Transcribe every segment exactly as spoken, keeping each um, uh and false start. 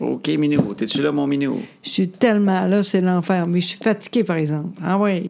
OK, Minou. T'es-tu là, mon Minou? Je suis tellement là, c'est l'enfer. Mais je suis fatiguée, par exemple. Ah ouais.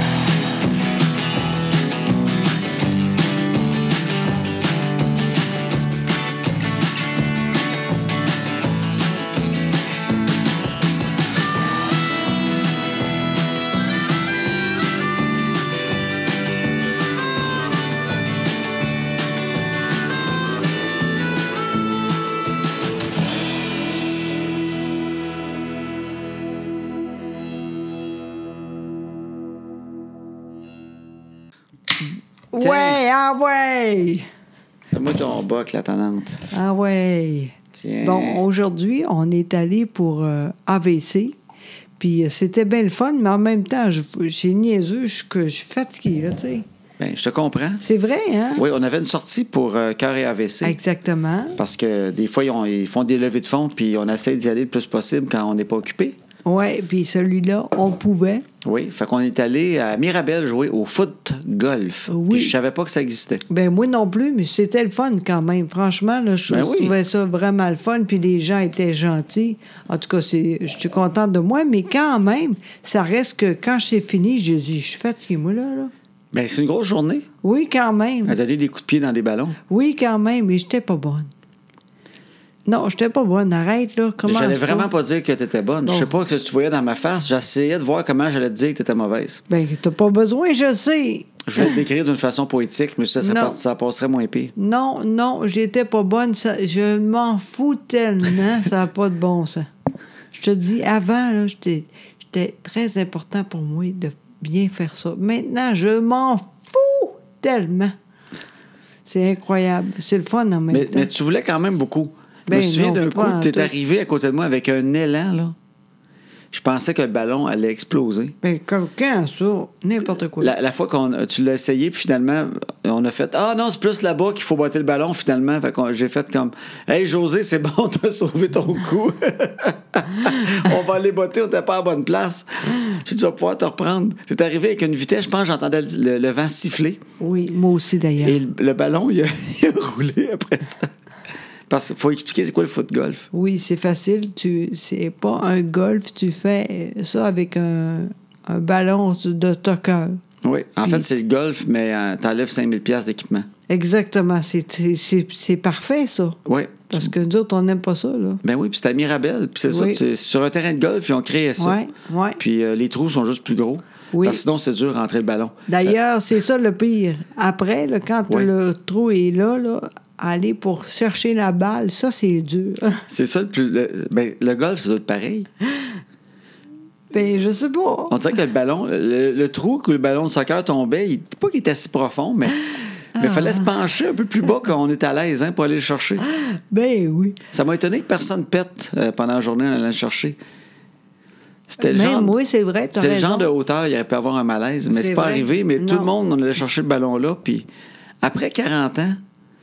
Ouais, ah ouais! Donne-moi ton boc, la tannante. Ah ouais. Tiens. Bon, aujourd'hui, on est allé pour euh, A V C. Puis euh, c'était bien le fun, mais en même temps, je- j'ai niaiseux, je que je suis fatiguée, là, tu sais. Ben, je te comprends. C'est vrai, hein? Oui, on avait une sortie pour euh, cœur et A V C. Exactement. Parce que des fois, ils, ont- ils font des levées de fonds, puis on essaie d'y aller le plus possible quand on n'est pas occupé. Oui, puis celui-là, on pouvait. Oui, fait qu'on est allé à Mirabel jouer au foot golf. Oui. Puis je savais pas que ça existait. Ben moi non plus, mais c'était le fun quand même. Franchement, là, je Ben oui. trouvais ça vraiment le fun, puis les gens étaient gentils. En tout cas, c'est, je suis contente de moi, mais quand même, ça reste que quand c'est fini, j'ai dit, je suis fatiguée, moi, là, là. Ben, c'est une grosse journée Oui, quand même. à donner des coups de pied dans des ballons. Oui, quand même, mais j'étais pas bonne. Non, j'étais pas bonne. Arrête, là. Comment J'allais vraiment pas dire que tu étais bonne. Bon. Je sais pas ce que tu voyais dans ma face. J'essayais de voir comment j'allais te dire que tu étais mauvaise. Ben, t'as pas besoin, je sais. Je voulais te décrire d'une façon poétique, mais ça, ça, Non. part- ça passerait moins pire. Non, non, j'étais pas bonne. Ça- je m'en fous tellement, ça n'a pas de bon sens. Je te dis, avant, là, j'étais, j'étais très important pour moi de bien faire ça. Maintenant, je m'en fous tellement. C'est incroyable. C'est le fun en même Mais, temps. mais tu voulais quand même beaucoup. Je Ben me souviens non, d'un pas coup, en tu es tout. arrivé à côté de moi avec un élan, là. Je pensais que le ballon allait exploser. Ben, quand, quand ça? N'importe quoi. La, la fois que tu l'as essayé, puis finalement, on a fait « Ah non, c'est plus là-bas qu'il faut botter le ballon, finalement. » Fait qu'on j'ai fait comme « Hey, José, c'est bon, t'as sauvé ton coup. On va aller botter, on n'était pas à la bonne place. » J'ai dit « Tu vas pouvoir te reprendre. » T'es arrivé avec une vitesse, je pense que j'entendais le, le- le vent siffler. Oui, moi aussi, d'ailleurs. Et le, le ballon, il a, il a roulé après ça. Parce qu'il faut expliquer c'est quoi le foot golf. Oui, c'est facile. Tu, c'est pas un golf. Tu fais ça avec un, un ballon de toqueur. Oui, en Puis- fait, c'est le golf, mais euh, t'enlèves cinq mille dollars d'équipement. Exactement. C'est, c'est, c'est, c'est parfait, ça. Oui. Parce que nous autres, on n'aime pas ça, là. Ben oui, puis c'était à Mirabel. Puis c'est Oui. ça, c'est- sur un terrain de golf, ils ont créé ça. Oui, oui. Puis euh, les trous sont juste plus gros. Oui. Parce que sinon, c'est dur de rentrer le ballon. D'ailleurs, c'est ça le pire. Après, là, quand Oui. le trou est là, là, aller pour chercher la balle, ça, c'est dur. C'est ça le plus. Le, ben, le golf, ça doit être pareil. Ben, je sais pas. On dirait que le ballon, le, le trou où le ballon de soccer tombait, il, pas qu'il était si profond, mais il Ah. fallait se pencher un peu plus bas quand on est à l'aise hein, pour aller le chercher. Ben oui. Ça m'a étonné que personne pète euh, pendant la journée en allant le chercher. C'était le Même genre. moi, c'est vrai, t'as C'est le raison. genre de hauteur, il aurait pu avoir un malaise, mais C'est c'est pas vrai. arrivé. Mais tout Non. le monde, on allait chercher le ballon là. Puis après quarante ans,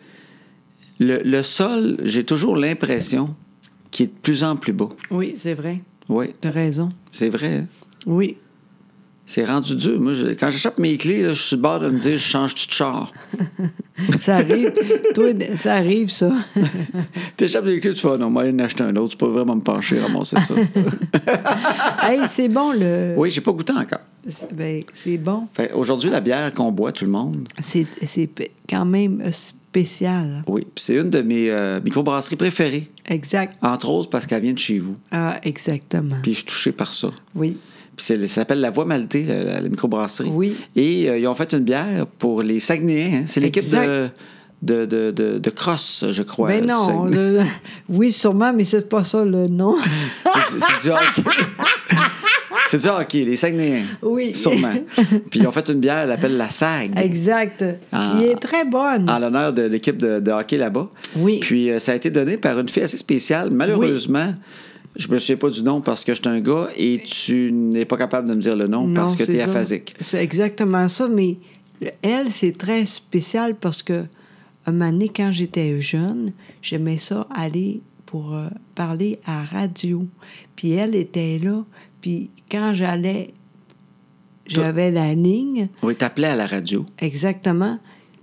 le, le sol, j'ai toujours l'impression qu'il est de plus en plus bas. Oui, c'est vrai. Oui, T'as raison. c'est vrai. hein. Oui. C'est rendu dur. Moi, je- quand j'échappe mes clés, là, je suis sur le bord de me dire, je change-tu de char? Ça arrive. Toi, ça arrive, ça. T'échappes les clés, tu fais, ah non, moi, aller en acheter un autre. Tu peux vraiment me pencher, ramasser ça. Hey, c'est bon, le... Oui, j'ai pas goûté encore. C'est- Ben, c'est bon. Fait, aujourd'hui, la bière qu'on boit, tout le monde, C'est, c'est p- quand même euh, spécial. oui, puis c'est une de mes euh, microbrasseries préférées. Exact. Entre autres parce qu'elle vient de chez vous. Ah, exactement. Puis je suis touché par ça. Oui. Puis c'est- ça s'appelle La Voie Maltée, la, la- la microbrasserie. Oui. Et euh, ils ont fait une bière pour les Saguenayens. hein. C'est l'équipe de, Exact. de, de, de, de cross, je crois. Ben du non. Saguenay. le- Oui, sûrement, mais c'est pas ça le nom. C'est, c'est du hockey. C'est du hockey, les Saguenayens. Oui. Sûrement. Puis ils ont fait une bière, elle appelle la Sag. Exact. Ah. Qui est très bonne. En l'honneur de l'équipe de, de hockey là-bas. Oui. Puis euh, ça a été donné par une fille assez spéciale. Malheureusement, je me souviens pas du nom parce que je suis un gars et tu n'es pas capable de me dire le nom Non, parce que c'est tu es ça. aphasique. C'est exactement ça, mais elle, c'est très spécial parce que un moment donné, quand j'étais jeune, j'aimais ça aller pour euh, parler à radio. Puis elle était là, puis quand j'allais, j'avais la ligne, Oui, t'appelais à la radio. exactement,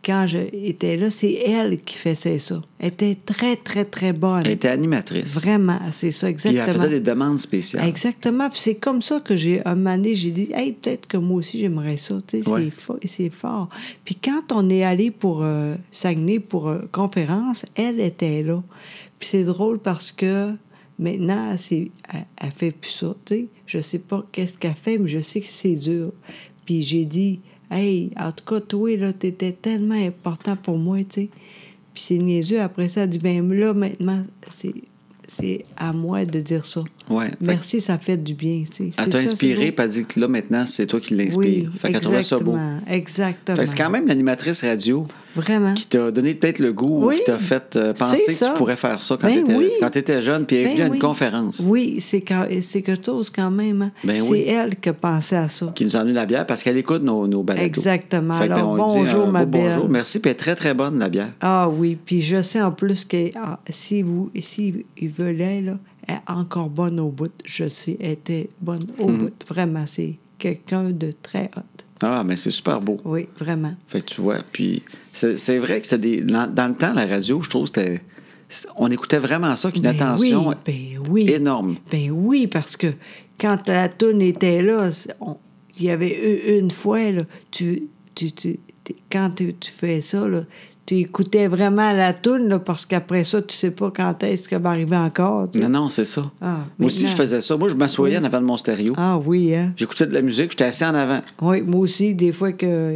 quand j'étais là, c'est elle qui faisait ça. Elle était très, très, très bonne. Elle était animatrice. Vraiment, c'est ça, exactement. Puis elle faisait des demandes spéciales. Exactement. Puis c'est comme ça que j'ai, un moment donné, j'ai dit, hey, peut-être que moi aussi, j'aimerais ça. Tu sais, Ouais. c'est, fo- c'est fort. Puis quand on est allé pour euh, Saguenay pour euh, conférence, elle était là. Puis c'est drôle parce que maintenant, c'est, elle, elle fait plus ça. Tu sais, je sais pas qu'est-ce qu'elle fait, mais je sais que c'est dur. Puis j'ai dit, hey, en tout cas, toi, là, t'étais tellement important pour moi, tu sais. Puis c'est niaiseux. Après ça, elle dit, ben là, maintenant, c'est, c'est à moi de dire ça. Ouais. Merci, ça fait du bien, tu sais. Elle C'est t'a ça, inspiré, c'est beau. puis elle dit que là, maintenant, c'est toi qui l'inspire. Oui, Fait qu'elle trouvait ça beau. exactement, exactement. Fait que c'est quand même l'animatrice radio Vraiment. qui t'a donné peut-être le goût, Oui, qui t'a fait euh, penser c'est que ça. tu pourrais faire ça quand Ben tu oui. étais jeune, puis elle est Ben venue à une oui. conférence Oui, c'est, quand, c'est quelque chose quand même. Hein. Ben c'est oui. elle qui a pensé à ça. qui nous a amené la bière parce qu'elle écoute nos, nos balados. Exactement. Fait que, Alors, ben, on lui dit bonjour, un ma beau belle. bonjour. Merci, puis elle est très, très bonne, la bière. Ah oui, puis je sais en plus que ah, si vous si ils veulent, là, elle est encore bonne au bout. Je sais, elle était bonne au Mhm. bout. Vraiment, c'est quelqu'un de très hot. Ah, mais c'est super beau. Oui, vraiment. Fait que tu vois, puis c'est, c'est vrai que c'était des... Dans, dans le temps, la radio, je trouve que c'était... On écoutait vraiment ça, qu'une Ben attention oui, ben oui. énorme. Ben oui, parce que quand la toune était là, c'est- on- il y avait eu une fois, là, tu, tu, tu, t'es- quand tu, tu fais ça, là, tu écoutais vraiment la toune, là, parce qu'après ça, tu sais pas quand est-ce qu'elle va arriver encore. tu sais. Non, non, c'est ça. Ah, Moi aussi, je maintenant- faisais ça. Moi, je m'assoyais Oui. en avant de mon stéréo. Ah oui, hein? J'écoutais de la musique, j'étais assis en avant. Oui, moi aussi, des fois que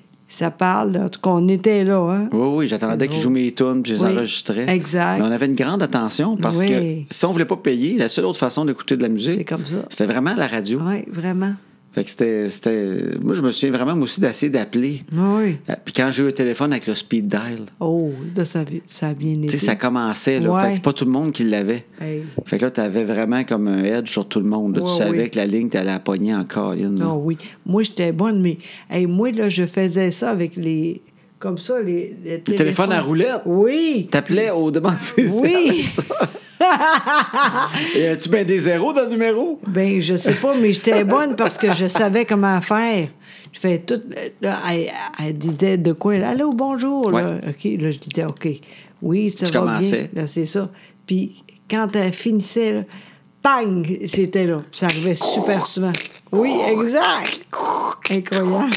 ça parle, en tout cas, on était là, hein? Oui, oui, j'attendais C'est qu'ils drôle. jouent mes tunes, puis je les Oui, enregistrais. exact. Mais on avait une grande attention parce Oui. que si on voulait pas payer, la seule autre façon d'écouter de la musique, C'est comme ça. c'était vraiment la radio. Oui, vraiment. Fait que c'était, c'était... Moi, je me souviens vraiment, moi aussi, d'essayer d'appeler. Oui. Euh, Puis quand j'ai eu le téléphone avec le speed dial, Oh, là, ça, vi- ça a bien été. tu sais, ça commençait, là. Ouais. Fait que c'est pas tout le monde qui l'avait. Hey. Fait que là, t'avais vraiment comme un edge sur tout le monde. Là. Ouais, tu savais oui. que la ligne, t'allais la pogner en colline. là. Ah oui. Moi, j'étais bonne, mais hey, moi, là, je faisais ça avec les... Comme ça, les, les Le téléphone à roulette? Oui. T'appelais aux demandes spéciales. Oui. ça. Et as-tu bien des zéros dans le numéro? Ben, je sais pas, mais j'étais bonne parce que je savais comment faire. Je fais tout... Là, elle, elle disait de quoi? Elle, allô, bonjour. Là. OK. Là, je disais, OK. Oui, ça Tu va commençais. bien. Là, c'est ça. Puis quand elle finissait, là, bang! J'étais là. Puis ça arrivait super souvent. Oui, exact. Incroyable.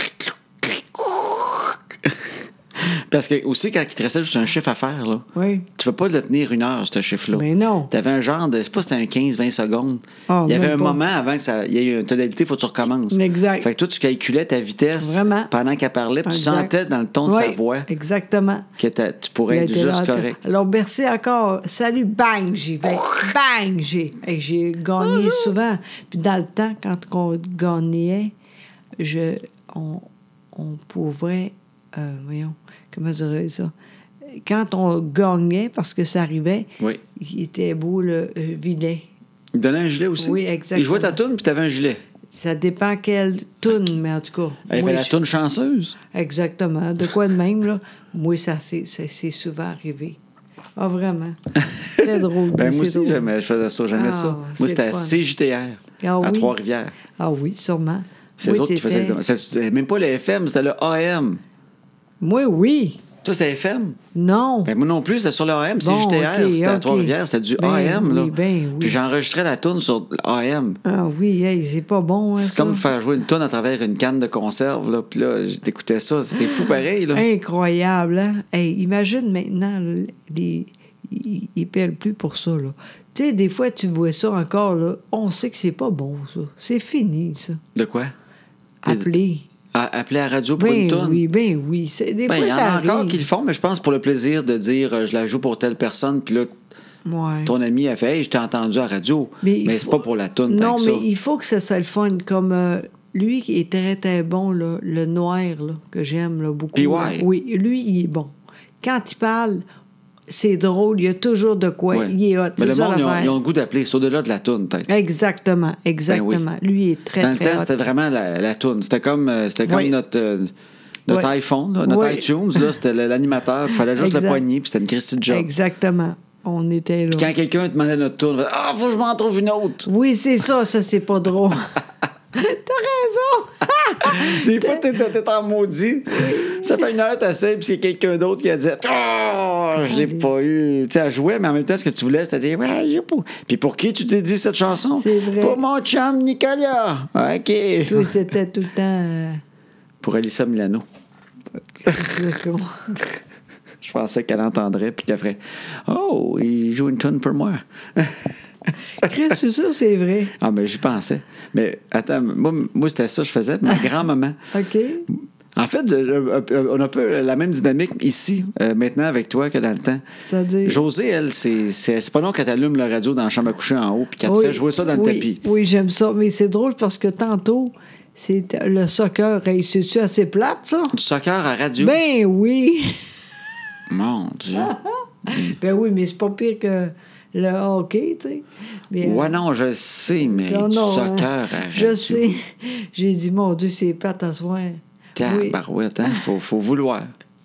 Parce que aussi, quand il te restait juste un chiffre à faire, là, Oui. tu peux pas le tenir une heure, ce chiffre-là. Mais non. Tu avais un genre de. Je sais pas si c'était un quinze vingt secondes. Ah, il y avait même un pas. moment avant que ça. Il y ait une tonalité, il faut que tu recommences. Exact. Fait que toi, tu calculais ta vitesse Vraiment. pendant qu'elle parlait, puis tu Exact. sentais dans le ton de Oui, sa voix exactement. que ta- tu pourrais Il être était juste là, correct. Alors, merci encore. Salut, bang, j'y vais. Bang, j'ai, hey, j'ai gagné souvent. Puis dans le temps, quand on gagnait, je, on, on pouvait... euh, voyons, comment dirais ça? Quand on gagnait, parce que ça arrivait, Oui. il était beau le euh, vilet. Il donnait un gilet aussi. Oui, exactement. Il jouait ta toune, puis tu avais un gilet. Ça dépend quelle toune, mais en tout cas... Il moi, avait la je- toune chanceuse. Exactement. De quoi de même, là? Moi, ça c'est, c'est, c'est souvent arrivé. Ah, vraiment. Très drôle. Ben, mais moi c'est aussi, drôle. j'aimais, je faisais ça, j'aimais Ah, ça. c'est Moi, c'était le à fun. C J T R, Ah à oui? Trois-Rivières. Ah oui, sûrement. C'est Oui, eux autres qui t'étais- faisaient. C'était même pas le F M, c'était le A M. Moi, oui. Toi, c'était F M. Non. Ben, moi non plus, c'était sur le A M. Bon, C J T R, ok, c'était à ok. Trois-Rivières, c'était du Ben A M. Là. oui, ben oui. Puis j'enregistrais la toune sur A M. Ah oui, hey, c'est pas bon, hein, C'est ça. comme faire jouer une toune à travers une canne de conserve. Là. Puis là, t'écoutais ça. C'est fou pareil. Là. Incroyable, hein? Hey, imagine maintenant, là, les... ils ne pèlent plus pour ça, là. Tu sais, des fois, tu vois ça encore, là. On sait que c'est pas bon, ça. C'est fini, ça. De quoi? Appeler. À, appeler à la radio pour une Ben toune? oui, ben oui. C'est, des Ben, fois, il y en ça a arrive. encore qui le font, mais je pense pour le plaisir de dire euh, je la joue pour telle personne, puis là, Ouais. ton ami a fait hey, je t'ai entendu à la radio. Mais, il c'est faut- pas pour la toune. Non, tant que mais ça. il faut que ça soit le fun. Comme euh, lui qui est très, très bon, là, le noir, là, que j'aime là, beaucoup. P Y. là. Oui, lui, il est bon. Quand il parle, c'est drôle. Il y a toujours de quoi. Ouais. Il est hot. Mais C'est le ça monde, ils ont, l'affaire. ils ont le goût d'appeler. C'est au-delà de la toune, peut-être. Exactement, exactement. Lui, il est très, Dans le très temps, hot. c'était vraiment la, la toune. C'était comme, euh, c'était comme Oui. notre, euh, notre Oui. iPhone, là, notre Oui. iTunes. Là, c'était le- l'animateur. Il fallait juste Exact. le poigner, puis c'était une Christie de job. Exactement. On était là. Puis quand quelqu'un demandait notre tourne, on faisait, ah, faut que je m'en trouve une autre. Oui, c'est ça. Ça, c'est pas drôle. T'as raison. Des fois, t'es, t'es en maudit. Ça fait une heure, t'essayes, puis c'est quelqu'un d'autre qui a dit « Oh, je l'ai pas eu. » Tu sais, elle jouait, mais en même temps, ce que tu voulais, c'était dire « Ouais, j'ai pas. » Puis pour qui tu t'es dit cette chanson? C'est vrai. Pour mon chum Nicolas. OK. Toi, c'était tout le temps... euh, Pour Alyssa Milano. c'est con. Je pensais qu'elle entendrait, puis qu'elle ferait « Oh, il joue une tune pour moi. » Chris, c'est sûr, c'est vrai. Ah, ben, j'y pensais. Mais attends, moi, moi c'était ça que je faisais. Ma grand-maman. OK. En fait, je- je- on a un peu la même dynamique ici, euh, maintenant, avec toi, que dans le temps. C'est-à-dire... Josée, elle, c'est, c'est, c'est pas long qu'elle t'allume le radio dans la chambre à coucher en haut, puis qu'elle te Oui, fait jouer ça dans le oui, tapis. Oui, j'aime ça. Mais c'est drôle parce que tantôt, c'est le soccer. Hey, c'est-tu assez plate, ça? Du soccer à radio. Ben oui. Mon Dieu. Ben oui, mais c'est pas pire que le hockey, tu sais. Mais, euh, Ouais, non, je sais, mais non, du non, soccer hein, à radio. Je sais. J'ai dit, mon Dieu, c'est plate à soir. Oui. Tabarouette, hein? Faut, faut vouloir.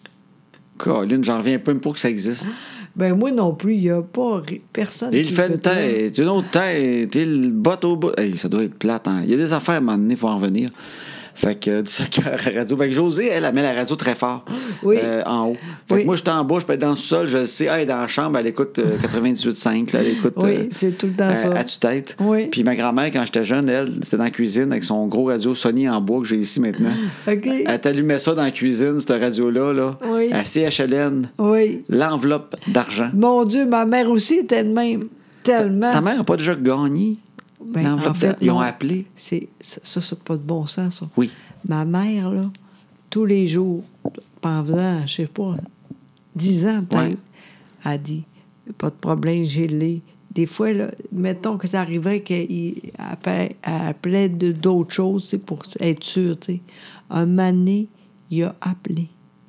Colin, j'en reviens pas même pas que ça existe. Ben moi non plus, il n'y a pas ri- personne Il qui fait une fait ça. tête, une autre tête, il botte au bout. Hey, ça doit être plate, hein? Il y a des affaires à un moment donné, il faut en revenir. Fait que euh, du soccer à radio. Fait que Josée, elle, elle met la radio très fort Oui. euh, en haut. Fait Oui. que moi, je suis en bas, je peux être dans le sol, je le sais. Ah, elle est dans la chambre, elle écoute euh, quatre-vingt-dix-huit virgule cinq. Là, elle écoute. Oui, euh, c'est tout le temps à, ça. à tue-tête. Oui. Puis ma grand-mère, quand j'étais jeune, elle, c'était dans la cuisine avec son gros radio Sony en bois que j'ai ici maintenant. OK. Elle t'allumait ça dans la cuisine, cette radio-là, là, Oui. à C H L N, Oui. l'enveloppe d'argent. Mon Dieu, ma mère aussi était de même. Tellement. Ta mère n'a pas déjà gagné Ben, l'enveloppe en fait, d'argent? Ils ont non. appelé? C'est, ça, ça, c'est pas de bon sens, ça. Oui. Ma mère, là, tous les jours, pendant, je sais pas, dix ans peut-être, Ouais. a dit, pas de problème, j'ai les. Des fois, là, mettons que ça arrivait qu'elle appelait, elle appelait de, d'autres choses, tu sais, pour être sûre, tu sais. Un moment donné, il a appelé.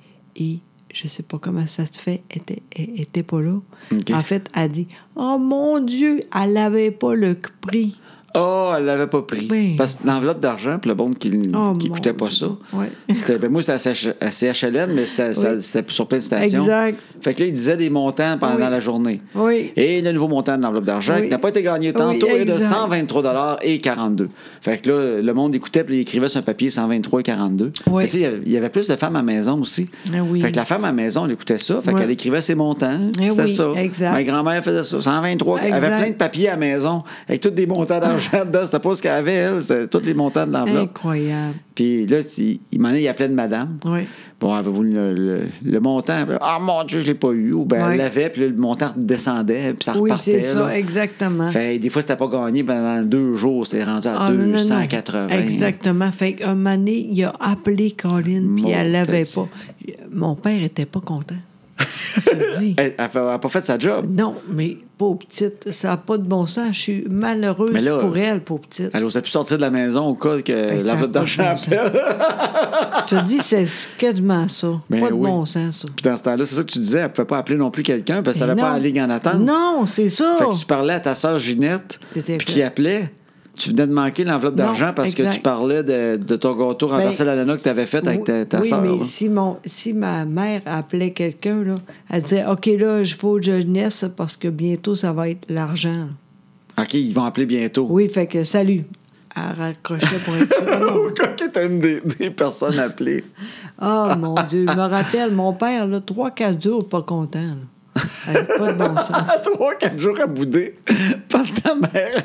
Et je sais pas comment ça se fait, elle était, elle était pas là. OK. En fait, elle a dit, oh mon Dieu, elle n'avait pas le prix. Oh, elle l'avait pas pris. Ben. Parce que l'enveloppe d'argent, puis le monde qui Oh, n'écoutait mon pas Dieu. ça. Ouais. C'était, ben moi, c'était à C H- à C H L N, mais c'était, ça- Oui. c'était sur plein de stations. Exact. Fait que là, il disait des montants pendant Oui. la journée. Oui. Et le nouveau montant de l'enveloppe d'argent, Oui. qui n'a pas été gagné Oui, tantôt, est de exact. cent vingt-trois dollars et quarante-deux. Fait que là, le monde écoutait, puis il écrivait sur un papier cent vingt-trois et quarante-deux. Oui. Mais tu sais, il y avait- il y avait plus de femmes à la maison aussi. Ah oui. Fait que la femme à la maison, elle écoutait ça. Fait Oui. qu'elle écrivait ses montants. Eh C'était oui, ça. exact. Ma grand-mère faisait ça. cent vingt-trois. Elle avait Exact. plein de papiers à la maison avec tous des montants d'argent dedans. C'était pas ce qu'elle avait, elle. C'était tous les montants de l'enveloppe. Incroyable. Puis là, il, il m'en est, il appelait de madame. Oui. Bon, avez-vous le, le, le montant? Ah, mon Dieu, je l'ai pas eu. Ou bien, Ouais. elle l'avait, puis là, le montant descendait, puis ça Oui, repartait. c'est ça, là. exactement. Fait, des fois, c'était pas gagné pendant deux jours. C'était rendu à Ah, non, non, non. deux cent quatre-vingts. Exactement. Fait qu'un moment donné, il a appelé Colin, puis elle l'avait Maudit. pas. Mon père était pas content. Je te le dis. Elle n'a pas fait sa job. Non, mais pauvre petite, ça n'a pas de bon sens. Je suis malheureuse Mais là, pour elle, pauvre petite. Elle n'osait plus sortir de la maison au cas que Ben, ça a l'enveloppe pas de d'argent bon sens. appelle. Je te dis, c'est quasiment ça. Ben pas de oui. bon sens, ça. Puis dans ce temps-là, c'est ça que tu disais, elle ne pouvait pas appeler non plus quelqu'un parce que tu Mais n'allais pas non. à la ligue en attente. Non, c'est ça. Fait que tu parlais à ta sœur Ginette, C'était puis fait. qui appelait. Tu venais de manquer l'enveloppe Non, d'argent parce que exact. tu parlais de, de ton gâteau renversé Ben, à la nana que tu avais fait avec ta, ta oui, sœur. mais là. si, mon, si ma mère appelait quelqu'un, là, elle disait OK, là, je vais au jeunesse parce que bientôt, ça va être l'argent. là. OK, ils vont appeler bientôt. Oui, fait que salut. Elle raccrochait pour être sûre. Ah, non. Quand tu une des, des personnes appelées. Oh, mon Dieu. Je me rappelle, mon père, là, trois, quatre jours, pas content. Là. Elle avait pas de bon sens. À trois, quatre jours à bouder parce que ta mère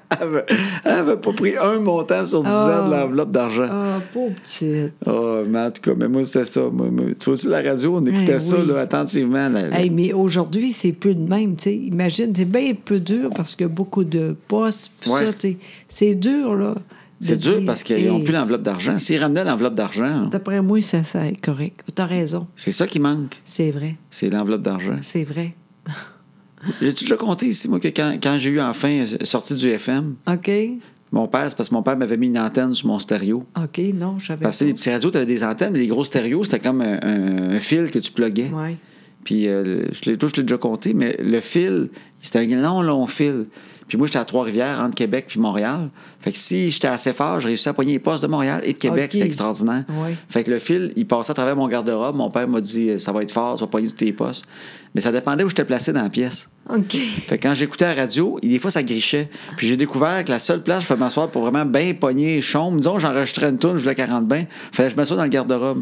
n'avait pas pris un montant sur dix Ah. ans de l'enveloppe d'argent. Ah, pauvre petite. Oh, mais en tout cas, mais moi, c'était ça. Moi, moi, tu vois, sur la radio, on écoutait Eh ça oui. là, attentivement. Là, là. Hey, mais aujourd'hui, c'est plus de même. T'sais. Imagine, c'est bien plus dur parce qu'il y a beaucoup de postes. Pis Ouais. ça, t'sais. C'est dur, là. de C'est dur dire, parce qu'ils n'ont hey, plus l'enveloppe d'argent. S'ils ramenaient l'enveloppe d'argent, là, D'après moi, ça, ça est correct. T'as raison. c'est ça qui manque. C'est vrai. C'est l'enveloppe d'argent. C'est vrai. J'ai déjà compté ici, moi, que quand, quand j'ai eu enfin sorti du F M, OK. mon père, c'est parce que mon père m'avait mis une antenne sur mon stéréo. OK, non, je savais Parce que pas. les petits radios, tu avais des antennes, mais les gros stéréos, c'était comme un, un- un fil que tu pluguais. Ouais. Puis euh, je l'ai, toi, je l'ai déjà compté, mais le fil, c'était un long, long fil. Puis moi, j'étais à Trois-Rivières, entre Québec puis Montréal. Fait que si j'étais assez fort, je réussissais à pogner les postes de Montréal et de Québec. Okay. C'était extraordinaire. Oui. Fait que le fil, il passait à travers mon garde-robe. Mon père m'a dit, ça va être fort, tu vas pogner tous tes postes. Mais ça dépendait où j'étais placé dans la pièce. OK. Fait que quand j'écoutais la radio, des fois, ça grichait. Puis j'ai découvert que la seule place où je pouvais m'asseoir pour vraiment bien pogner chaume, disons, j'enregistrais une toune, je voulais quarante bains, fallait que je m'assoie dans le garde-robe.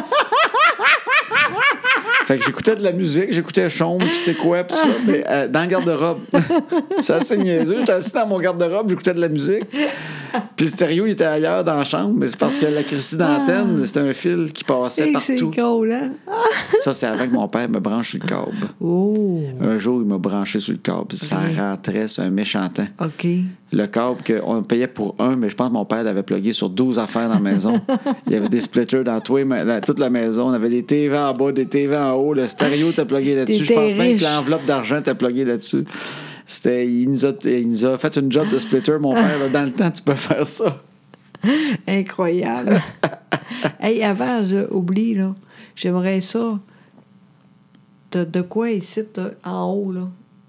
Fait que j'écoutais de la musique, j'écoutais Chaume, puis c'est quoi, puis ça, mais euh, dans le garde-robe. C'est assez niaiseux. J'étais assis dans mon garde-robe, j'écoutais de la musique. Puis le stéréo, il était ailleurs dans la chambre, mais c'est parce que la crisie d'antenne, c'était un fil qui passait Et partout. c'est cool, hein? Ça, c'est avant que mon père me branche sur le câble. Oh! Un jour, il m'a branché sur le câble. Ça Ok. rentrait sur un méchant temps. OK. Le câble qu'on payait pour un, mais je pense que mon père l'avait plugué sur douze affaires dans la maison. Il y avait des splitters dans tout- la- toute la maison. On avait des T V en bas, des T V en haut. Le stéréo était plugué là-dessus. Je T'étais pense même riche. que l'enveloppe d'argent était pluguée là-dessus. C'était, il, nous a, il nous a fait une job de splitter, mon père. Là. Dans le temps, tu peux faire ça. Incroyable. Hey, avant, je, oublie, là, j'aimerais ça. T'as de quoi ici, t'as, en haut, là?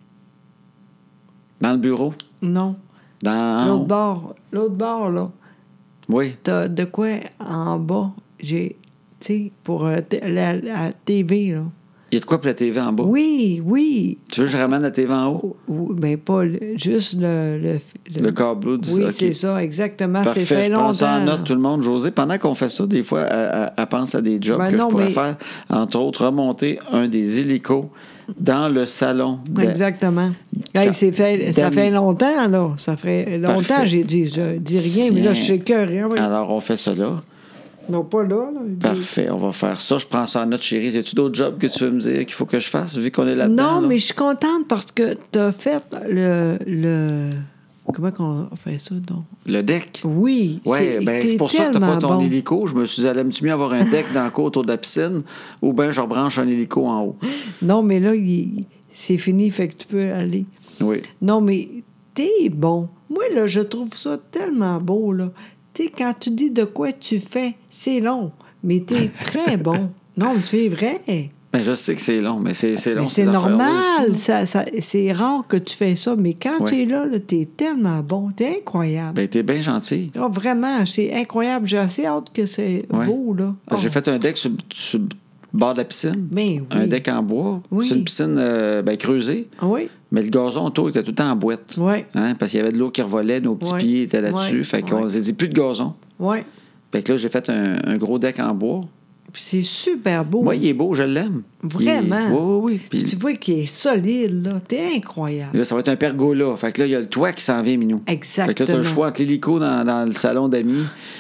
Dans le bureau. Non. Dans... L'autre bord. L'autre bord, là. Oui. T'as de quoi en bas? J'ai, tu sais, pour euh, t- la, la T V, là. Il y a de quoi pour la T V en bas? Oui, oui. Tu veux que je ramène la T V en haut? Oui, mais pas le- juste le... Le, Le câble bleu du Oui, OK. c'est ça, exactement. Parfait, C'est fait je prends ça en longtemps. note, tout le monde. Josée, pendant qu'on fait ça, des fois, elle, elle- elle pense à des jobs Ben que non, je pourrais mais- faire. Entre autres, remonter un des hélicos dans le salon. de- Exactement. Hey, c'est fait, ça Dame- fait longtemps, là. Ça fait longtemps, Parfait. j'ai dit, je dis rien, mais là, je sais que rien. Oui. Alors, on fait ça là. Non, pas là. là. Parfait, on va faire ça. Je prends ça en note, chérie. Y a-tu d'autres jobs que tu veux me dire qu'il faut que je fasse, vu qu'on est là-dedans? Non, là? mais je suis contente parce que tu as fait le, le... Comment qu'on fait ça, donc? Le deck? Oui. Oui, ben, t'es c'est pour ça que tu n'as pas ton tellement bon. hélico. Je me suis dit, allais-tu mieux avoir un deck dans le cours autour de la piscine ou bien je rebranche un hélico en haut? Non, mais là, il- c'est fini, fait que tu peux aller. Oui. Non, mais t'es bon. Moi, là, je trouve ça tellement beau, là. Tu sais, quand tu dis de quoi tu fais, c'est long, mais t'es très bon. Non, mais c'est vrai. Ben, je sais que c'est long, mais c'est, c'est long. Mais ces c'est affaires-là normal. aussi. Ça, ça- c'est rare que tu fais ça, mais quand Ouais. tu es là, là t'es tellement bon. T'es incroyable. Ben, t'es bien gentil. Ah, vraiment, c'est incroyable. J'ai assez hâte que c'est Ouais. beau, là. Ben, Oh. J'ai fait un deck sur, sur le bord de la piscine. Ben oui. Un deck en bois. Oui. C'est une piscine euh, ben, creusée, Ah oui, mais le gazon autour était tout le temps en boîte. oui, Hein, parce qu'il y avait de l'eau qui revolait, nos petits Ouais. pieds étaient là-dessus. Ouais. Fait qu'on Ouais. s'est dit plus de gazon. oui. Fait que là, j'ai fait un, un gros deck en bois. Puis c'est super beau. Moi, il est beau, je l'aime. Vraiment? Il est- Oui, oui, oui. Puis Tu vois qu'il est solide, là. T'es incroyable. là, ça va être un pergola. Fait que là, il y a le toit qui s'en vient, Minou. Exactement. Fait que là, tu as le choix entre l'hélico dans, dans le salon d'amis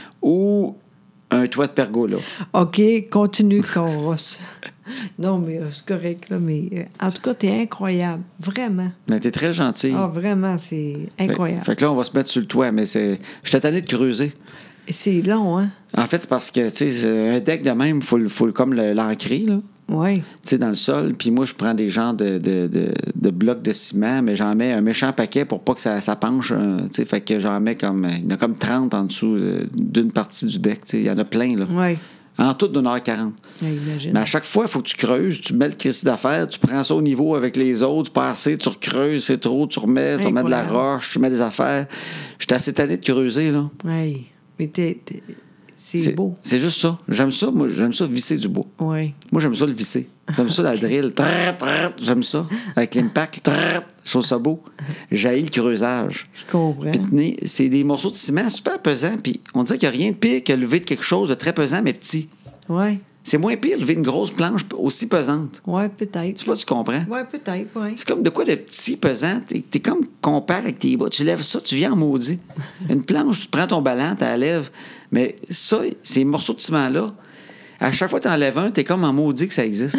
ou un toit de pergola. OK, continue, Coros. Non, mais euh, c'est correct, là. Mais euh, en tout cas, t'es incroyable. Vraiment. Mais t'es très gentil. Ah, vraiment, c'est Fait- incroyable. Fait, que là, on va se mettre sur le toit, mais c'est. J'étais tanné de creuser. Et c'est long, hein? En fait, c'est parce que, tu sais, c'est un deck de même, il faut, le- faut le- comme le- l'ancrer, là. Oui. Tu sais, dans le sol. Puis moi, je prends des genres de, de, de, de blocs de ciment, mais j'en mets un méchant paquet pour pas que ça, ça penche. euh, tu sais, fait que j'en mets comme. Il y en a comme trente en dessous euh, d'une partie du deck. Tu sais, il y en a plein, là. Oui. En tout, d'une heure quarante. Ouais, imagine. Mais à chaque fois, il faut que tu creuses, tu mets le crédit d'affaires, tu prends ça au niveau avec les autres, pas assez, tu recreuses, c'est trop, tu remets, tu remets de la Incroyable. roche, tu mets des affaires. J'étais assez tanné de creuser, là. Oui. Mais t'es, t'es- c'est beau. C'est juste ça. J'aime ça, moi, j'aime ça visser du bois. Oui. Moi, j'aime ça le visser. J'aime ça la drill. Trrrt, trrrt, j'aime ça. Avec l'impact, trrrt, je trouve ça beau. J'haïs le creusage. Je comprends. Puis tenez, c'est des morceaux de ciment super pesants, puis on dirait qu'il n'y a rien de pire que lever de quelque chose de très pesant, mais petit. Oui. C'est moins pire lever une grosse planche aussi pesante. Oui, peut-être. Je sais pas si tu comprends. Oui, peut-être, oui. C'est comme de quoi de petit, pesant. T'es, t'es comme compare avec tes bas. Tu lèves ça, tu viens en maudit. Une planche, tu prends ton ballon, tu la lèves. Mais ça, ces morceaux de ciment-là, à chaque fois que tu enlèves un, t'es comme en maudit que ça existe.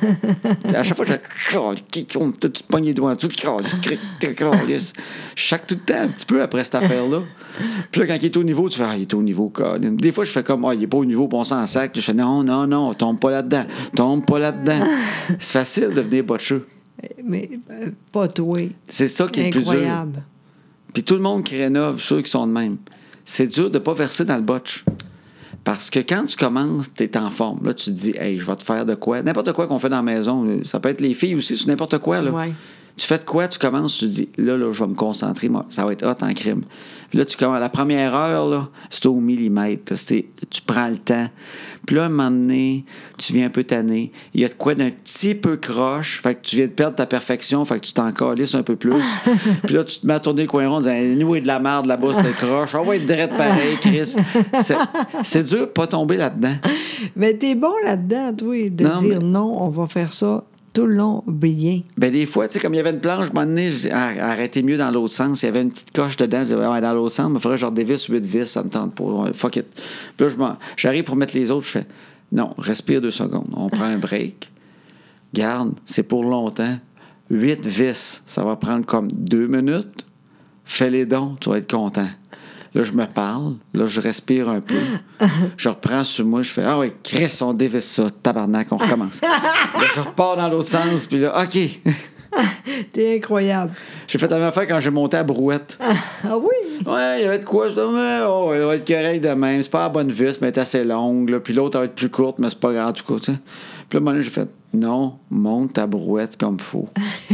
À chaque fois, tu tu te pognes les doigts en dessous, je chaque tout le temps un petit peu après cette affaire-là. Puis là, quand il est au niveau, tu fais, ah, il est au niveau, Colin. Des fois, je fais comme, ah, il n'est pas au niveau, puis on s'en sac. Je fais, non, non, non, tombe pas là-dedans. Tombe pas là-dedans. C'est facile de devenir botcheux. Mais euh, pas toi. C'est ça qui est le plus dur. Incroyable. Puis tout le monde qui rénove, ceux qui sont de même. C'est dur de ne pas verser dans le botch. Parce que quand tu commences, tu es en forme. Là, tu te dis, hey, je vais te faire de quoi. N'importe quoi qu'on fait dans la maison. Ça peut être les filles aussi, c'est n'importe quoi. Là. Ouais. Tu fais de quoi, tu commences, tu te dis, là, là, je vais me concentrer, moi, ça va être hot en crime. Puis là, tu commences, la première heure, là, c'est au millimètre. C'est, tu prends le temps. Puis là, à un moment donné, tu viens un peu tanné. Il y a de quoi d'un petit peu croche. Fait que tu viens de perdre ta perfection. Fait que tu t'en calisses un peu plus. Puis là, tu te mets à tourner le coin rond en disant, nous, il y a de la merde là-bas, c'était croche. On va être direct pareil, Chris. C'est, c'est dur de pas tomber là-dedans. Mais t'es bon là-dedans, toi, de Non, dire mais- non, on va faire ça tout le long bien. Ben des fois, tu sais, comme il y avait une planche, à un moment donné, je disais, ah, arrêtez mieux dans l'autre sens. Il y avait une petite coche dedans. Je disais, ouais, dans l'autre sens, il me faudrait genre des vis, huit vis, ça me tente pas. Ouais, fuck it. Puis là, je m'en- j'arrive pour mettre les autres, je fais, non, respire deux secondes. On prend un break. Garde, c'est pour longtemps. Huit vis, ça va prendre comme deux minutes. Fais les dons, tu vas être content. Là, je me parle. Là, je respire un peu. Je reprends sur moi. Je fais, ah oui, Chris, on dévisse ça. Tabarnak, on recommence. Là, je repars dans l'autre sens. Puis là, OK. T'es incroyable. J'ai fait la même affaire quand j'ai monté à Brouette. Ah oui? Ouais, il y avait de quoi? Je disais, ouais, oh, elle va être correct de même. C'est pas la bonne vis, mais elle est assez longue. Là. Puis l'autre, elle va être plus courte, mais c'est pas grave, en tout cas. Tu sais. Puis là, à un moment donné, j'ai fait, non, monte ta Brouette comme faut.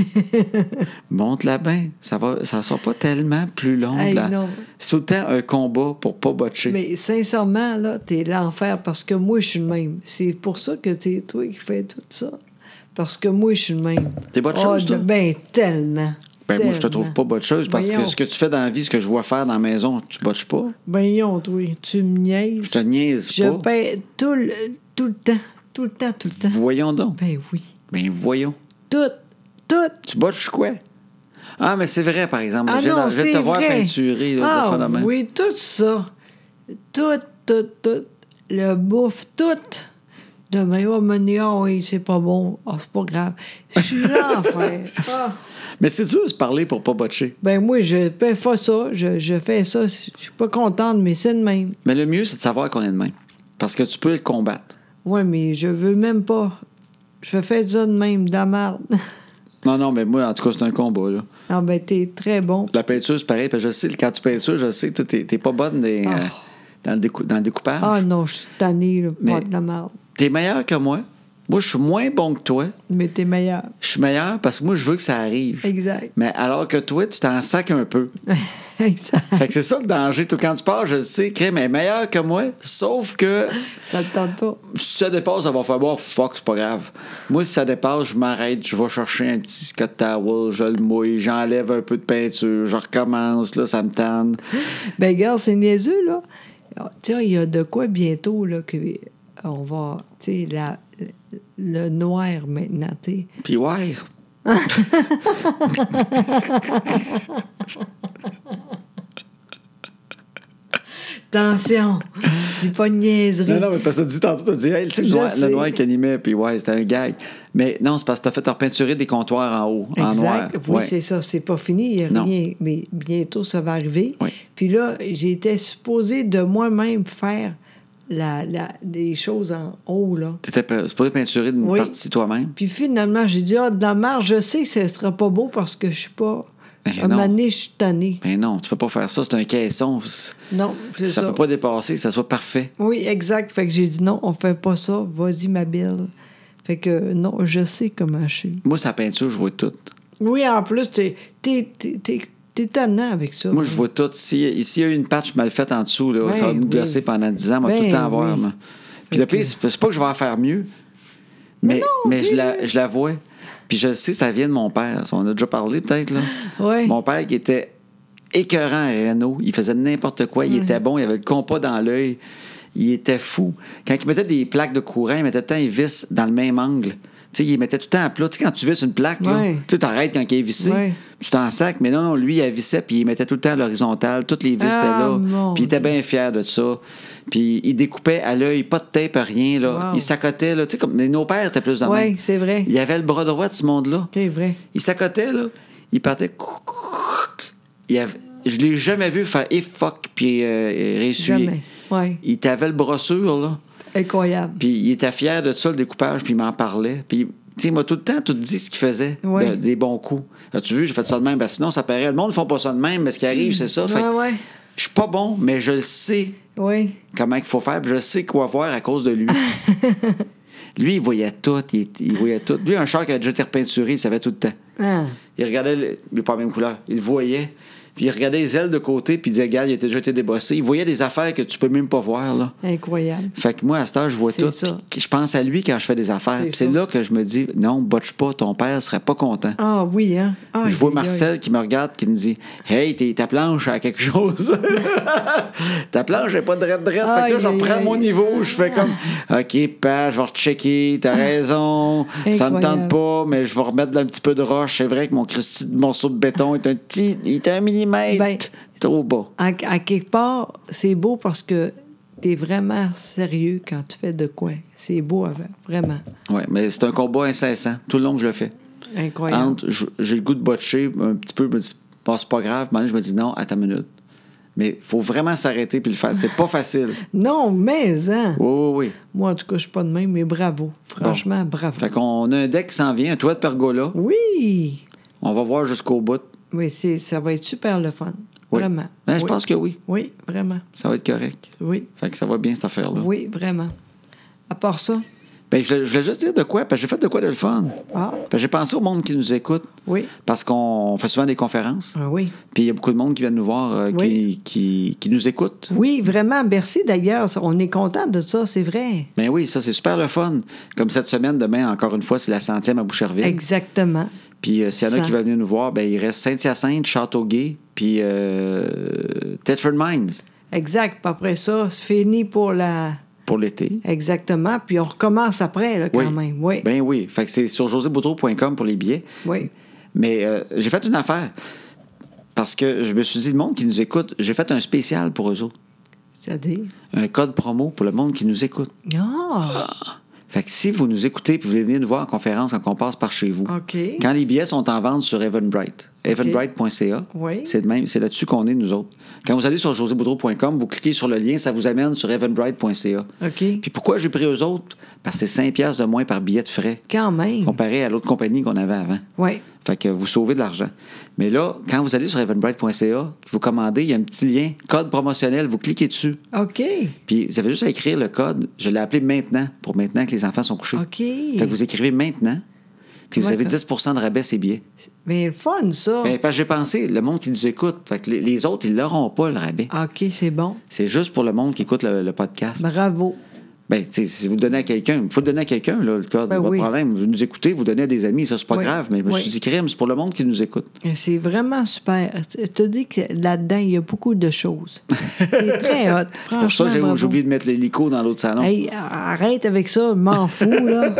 Monte-la bien. Ça va, ça sera pas tellement plus long. Hey, là. non. C'est tout le temps un combat pour pas botcher. Mais sincèrement, là, t'es l'enfer parce que moi, je suis le même. C'est pour ça que c'est toi qui fais tout ça. Parce que moi, je suis le même. T'es botcheuse, Ah, toi? de- Ben, tellement. Ben, moi, je te tellement. trouve pas botcheuse parce Voyons. que ce que tu fais dans la vie, ce que je vois faire dans la maison, tu botches pas. Voyons, toi, tu me niaises. Je te niaise Je pas. paie tout le, tout le temps. Tout le temps, tout le temps. Voyons donc. Ben oui. Ben, voyons. Tout. Tout. Tu botches quoi? Ah, mais c'est vrai, par exemple. Ah je viens non, de, je viens de c'est te voir vrai. peinturer. Là, de Ah faire de même. oui, tout ça. Tout, tout, tout. Le bouffe, tout. Demain, oh, mener, ah oui, c'est pas bon. Ah, c'est pas grave. Je suis l'enfer. Ah. Mais c'est dur de se parler pour pas botcher. Ben moi, je fais pas ça. Je, je fais ça. Je suis pas contente, mais c'est de même. Mais le mieux, c'est de savoir qu'on est de même. Parce que tu peux le combattre. Oui, mais je veux même pas. Je fais ça de même, de la merde. Non, non, mais moi, en tout cas, c'est un combat. Là. Ah ben, t'es très bon. La peinture, c'est pareil. Parce que je sais, quand tu peintures, je sais que tu n'es pas bonne des, Ah. euh, dans, le décou- dans le découpage. Ah non, je suis tannée, là, Mais- pas de la merde. Tu es meilleur que moi. Moi, je suis moins bon que toi. Mais t'es meilleur. Je suis meilleur parce que moi, je veux que ça arrive. Exact. Mais alors que toi, tu t'en sacs un peu. Exact. Fait que c'est ça le danger. Tout quand tu pars, je le sais, Crème est meilleur que moi, sauf que Ça te tente pas. si ça dépasse, ça va faire bon, fuck, c'est pas grave. Moi, si ça dépasse, je m'arrête, je vais chercher un petit Scott Towel, je le mouille, j'enlève un peu de peinture, je recommence, là, ça me tanne. Ben, regarde, c'est niaiseux, là. Tu sais, il y a de quoi bientôt, là, que on va, tu sais, la- le noir maintenant, tu sais. Puis ouais, Attention, dis pas de niaiserie. non, non, mais parce que t'as dit tantôt, t'as dit, hey, c'est le Je noir, le sais. noir qui animait, puis ouais, c'était un gag. Mais non, c'est parce que t'as fait repeinturer des comptoirs en haut, en noir. Exact. Oui, Ouais. c'est ça. C'est pas fini. Il y a Non. rien. Mais bientôt, ça va arriver. Oui. Puis là, j'étais supposée de moi-même faire la, la, des choses en haut, là. T'étais pe- supposé peinturer une Oui. partie toi-même. Puis finalement, j'ai dit, ah, de la marge, je sais que ce sera pas beau parce que je suis pas. Ben un non. moment donné, je suis tannée. Mais non, tu peux pas faire ça, c'est un caisson. Non, c'est Ça ça. peut pas dépasser, que ça soit parfait. Oui, exact. Fait que j'ai dit, non, on fait pas ça. Vas-y, ma belle. Fait que non, je sais comment je suis. Moi, sa peinture, je vois tout. Oui, en plus, t'es, t'es, t'es, t'es, t'es tannant avec ça. Moi, je vois tout. Si- Ici, il y a eu une patch mal faite en dessous, là, Ben ça va me oui. gosser pendant dix ans. Moi, Ben tout le temps avoir. oui. moi. Puis le pire, c'est c'est pas que je vais en faire mieux. Mais, mais, je, la, je la vois. Puis je sais, ça vient de mon père. On a déjà parlé, peut-être. Là. Oui. Mon père qui était écœurant à Renault. Il faisait n'importe quoi. Il était bon. Il avait le compas dans l'œil. Il était fou. Quand il mettait des plaques de courant, il mettait tout le temps les vis dans le même angle. Tu sais, il mettait tout le temps à plat. Tu sais, quand tu visses une plaque, là, Ouais. tu sais, t'arrêtes quand il est vissé. Ouais. Tu t'en sacs. Mais non, non, lui, il vissait, puis il mettait tout le temps à l'horizontale. Toutes les vis Ah, étaient là. mon Puis il était bien fier de ça. Puis il découpait à l'œil, pas de tape, rien. Là. Wow. Il s'accotait. Là. Tu sais, comme mais nos pères étaient plus de même. Oui, c'est vrai. Il avait le bras droit de ce monde-là. C'est vrai. Il s'accotait, là. Il partait. Il avait... Je l'ai jamais vu faire et fuck puis euh, réessuyer. Jamais. Oui. Il t'avait le bras sûr, là. Incroyable. Puis il était fier de ça, le découpage, puis il m'en parlait. Puis, tu sais, il m'a tout le temps tout dit ce qu'il faisait, Ouais. de- des bons coups. As-tu vu, j'ai fait ça de même. Ben, sinon, ça paraît. Le monde ne font pas ça de même, mais ce qui arrive, c'est ça. Fait que Ouais, ouais. Je suis pas bon, mais je le sais Oui. comment il faut faire, puis je sais quoi voir à cause de lui. Lui, il voyait tout, il, il voyait tout. Lui, un char qui avait déjà été repeinturé, il savait tout le temps. Ah. Il regardait, le, il n'est pas la même couleur, il le voyait. Puis il regardait les ailes de côté, puis il disait, regarde, il a déjà été débossé. Il voyait des affaires que tu peux même pas voir, là. Incroyable. Fait que moi, à cette heure, je vois C'est tout. ça. Puis je pense à lui quand je fais des affaires. C'est Puis c'est ça. là que je me dis, non, botche pas, ton père serait pas content. Ah oui, hein? Ah, Je vois aïe, aïe. Marcel qui me regarde, qui me dit, hey, t'es- ta planche a quelque chose. Ta planche n'est pas drette drette. Fait que là, je Aïe, aïe, reprends aïe. mon niveau. Je fais comme, OK, pa, je vais rechecker. T'as raison. Ça me tente Incroyable. pas, mais je vais remettre un petit peu de roche. C'est vrai que mon Christy de morceau de béton est un petit, il est un millimètre Ben, trop bas. À, à quelque part, c'est beau parce que t'es vraiment sérieux quand tu fais de quoi. C'est beau, à faire, vraiment. Oui, mais c'est un combat incessant. Tout le long que je le fais. Incroyable. Entre, je- j'ai le goût de botcher un petit peu, je me dis, bah, c'est pas grave. Maintenant, je me dis, non, attends une minute. Mais il faut vraiment s'arrêter puis le faire. C'est pas facile. Non, mais, hein? Oui, oui, oui. Moi, en tout cas, je suis pas de même, mais bravo. Franchement, bravo. Fait qu'on a un deck qui s'en vient, un toit de pergola. Oui! On va voir jusqu'au bout. Oui, c'est, ça va être super le fun. Oui. Vraiment. Ben, je Oui. pense que oui. Oui, vraiment. Ça va être correct. Oui. Fait que ça va bien, cette affaire-là. Oui, vraiment. À part ça, Ben, je voulais, je voulais juste dire de quoi, parce que j'ai fait de quoi de le fun. ah, Parce que j'ai pensé au monde qui nous écoute, oui. parce qu'on fait souvent des conférences. Ah oui. Puis il y a beaucoup de monde qui vient nous voir, euh, Oui. qui, qui, qui nous écoute. Oui, vraiment. Merci d'ailleurs. On est content de ça, c'est vrai. Ben oui, ça, c'est super le fun. Comme cette semaine, demain, encore une fois, c'est la centième à Boucherville. Exactement. Puis euh, s'il y en a Ça. qui veulent venir nous voir, ben il reste Saint-Hyacinthe, Châteauguay, puis euh, Thetford Mines Exact. Puis après ça, c'est fini pour la... pour l'été. Exactement. Puis on recommence après, là, quand Oui. même. Oui. Ben oui. Fait que c'est sur josé boudreau point com pour les billets. Oui. Mais euh, j'ai fait une affaire. Parce que je me suis dit, le monde qui nous écoute, j'ai fait un spécial pour eux autres. C'est-à-dire? Un code promo pour le monde qui nous écoute. Ah! Fait que si vous nous écoutez et vous voulez venir nous voir en conférence quand on passe par chez vous, OK. quand les billets sont en vente sur Eventbrite, eventbrite point c a, Oui. c'est, de même, c'est là-dessus qu'on est, nous autres. Quand vous allez sur josé boudreau point com, vous cliquez sur le lien, ça vous amène sur eventbrite point c a. OK. Puis pourquoi j'ai pris eux autres? Parce que c'est cinq piastres de moins par billet de frais, Quand même. comparé à l'autre compagnie qu'on avait avant. Oui. Fait que vous sauvez de l'argent. Mais là, quand vous allez sur eventbrite point c a, vous commandez, il y a un petit lien, code promotionnel, vous cliquez dessus. OK. Puis vous avez juste à écrire le code. Je l'ai appelé maintenant, pour maintenant que les enfants sont couchés. OK. Fait que vous écrivez maintenant, puis vous Ouais, avez fait- dix pour cent de rabais ces billets. Mais le fun, ça. Ben, parce que j'ai pensé, le monde qui nous écoute, fait que les, les autres, ils l'auront pas, le rabais. OK, c'est bon. C'est juste pour le monde qui écoute le, le podcast. Bravo. Ben, tu sais, si vous le donnez à quelqu'un, il faut le donner à quelqu'un, là, le code. Ben pas oui. de problème. Vous nous écoutez, vous donnez à des amis, ça, c'est pas Oui. grave. Mais je me Oui. suis dit, crime, c'est pour le monde qui nous écoute. Et c'est vraiment super. Je te dis que là-dedans, il y a beaucoup de choses. C'est très hot. C'est pour ça que j'ai, j'ai oublié de mettre l'hélico dans l'autre salon. Hey, arrête avec ça, je m'en fous, là.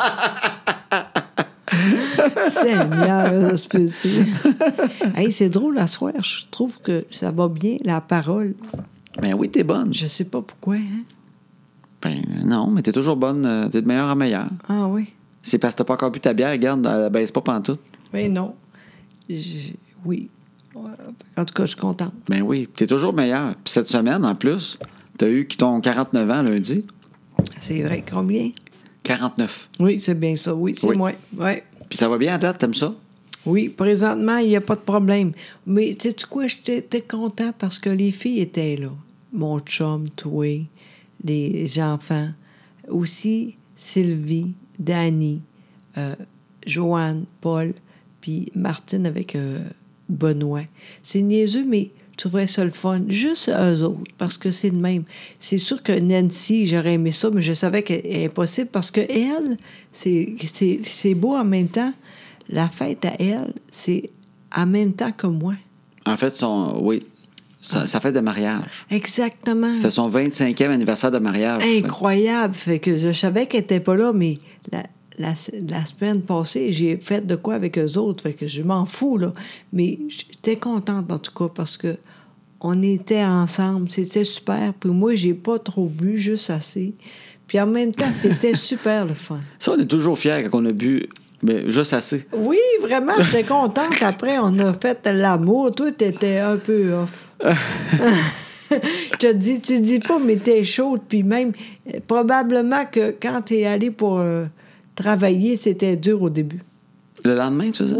Seigneur, ça se peut-tu. Hey, c'est drôle à soir. Je trouve que ça va bien, la parole. Ben oui, t'es bonne. Je sais pas pourquoi, hein? Ben non, mais t'es toujours bonne. euh, T'es de meilleure en meilleure. Ah oui. C'est parce que t'as pas encore bu ta bière, regarde, elle baisse pas pantoute. Mais non. J'ai- Oui. En tout cas, je suis contente. Ben oui, t'es toujours meilleure. Puis cette semaine, en plus, t'as eu qui ton quarante-neuf ans lundi. C'est vrai, combien? quarante-neuf. Oui, c'est bien ça. Oui, c'est Oui. moi. Oui. Puis ça va bien à date, t'aimes ça? Oui, présentement, il n'y a pas de problème. Mais tu sais quoi, j'étais content parce que les filles étaient là. Mon chum, toi, les enfants. Aussi, Sylvie, Dani, euh, Joanne, Paul, puis Martine avec euh, Benoît. C'est niaiseux, mais je trouverais ça le fun. Juste eux autres, parce que c'est le même. C'est sûr que Nancy, j'aurais aimé ça, mais je savais qu'elle est impossible parce que elle, c'est, c'est, c'est beau en même temps. La fête à elle, c'est en même temps que moi. En fait, son, oui, ça, ça fait de mariage. Exactement. C'est son vingt-cinquième anniversaire de mariage. Incroyable. Fait que je savais qu'elle n'était pas là, mais la, la, la semaine passée, j'ai fait de quoi avec eux autres. Fait que je m'en fous, là. Mais j'étais contente, en tout cas, parce que on était ensemble. C'était super. Puis moi, j'ai pas trop bu, juste assez. Puis en même temps, c'était super le fun. Ça, on est toujours fiers quand on a bu, mais juste assez. Oui, vraiment, j'étais contente. Après, on a fait l'amour. Toi, t'étais un peu off. Je te dis, tu dis pas, mais t'es chaude. Puis même, euh, probablement que quand t'es allé pour euh, travailler, c'était dur au début. Le lendemain, tu veux dire? Oui.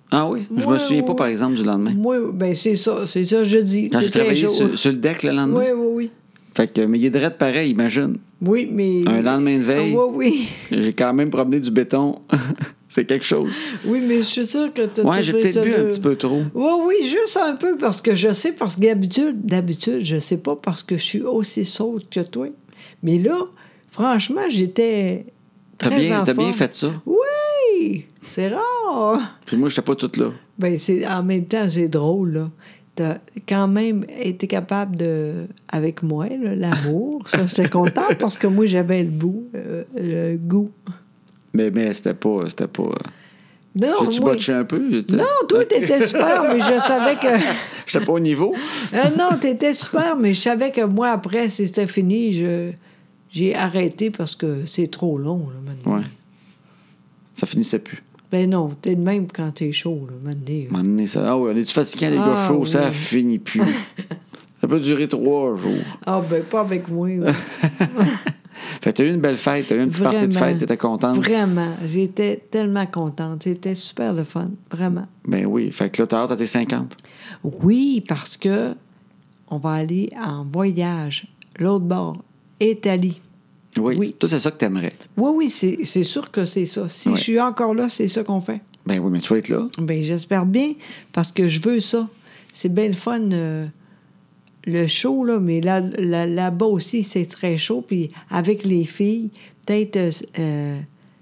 Ah oui? Je Ouais, me souviens ouais, pas, par ouais. exemple, du lendemain. Moi, ben c'est ça. C'est ça, je dis. Quand j'ai T'es très travaillé chaud. sur, sur le deck le lendemain. Oui, oui, oui. Fait que, mais il est drette pareil, imagine. Oui, mais... Un lendemain de veille. Ah, oui, oui. J'ai quand même promené du béton. C'est quelque chose. Oui, mais je suis sûre que tu as Ouais, j'ai peut-être bu un petit peu trop. Oui, oui, juste un peu, parce que je sais, parce que d'habitude, d'habitude, je sais pas parce que je suis aussi saute que toi. Mais là, franchement, j'étais T'as très bien, en t'as bien forme. fait ça. Oui, c'est rare. Puis moi, j'étais pas toute là. Ben, c'est, en même temps, c'est drôle, là. T'as quand même été capable de, avec moi, là, l'amour. Ça, j'étais contente parce que moi, j'avais le goût. Euh, le goût. Mais, mais c'était pas... C'était pas... Non, J'ai-tu moi... botché un peu? J'étais- Non, toi, t'étais super, mais je savais que... J'étais pas au niveau. Euh, non, t'étais super, mais je savais que moi, après, si c'était fini, je... j'ai arrêté parce que c'est trop long, là, maintenant. Ouais. Ça finissait plus. Ben non, t'es de même quand t'es chaud, là, maintenant. À un moment donné, ça... Ah oui, on est-tu fatiguant, les Ah, gars chauds? Ça oui. finit plus. Ça peut durer trois jours. Ah, ben pas avec moi. oui. Fait que t'as eu une belle fête, t'as eu une petite partie de Vraiment. fête, t'étais contente? Vraiment. J'étais tellement contente. C'était super le fun. Vraiment. Ben oui. Fait que là, t'as hâte à tes cinquante. Oui, parce que on va aller en voyage. L'autre bord, Italie. Oui. Oui. Toi, c'est ça que t'aimerais. Oui, oui, c'est, c'est sûr que c'est ça. Si Ouais. je suis encore là, c'est ça qu'on fait. Ben oui, mais tu vas être là. Bien, j'espère bien, parce que je veux ça. C'est bien le fun, euh, le show, là, mais là, là, là-bas aussi, c'est très chaud. Puis avec les filles, peut-être euh, euh,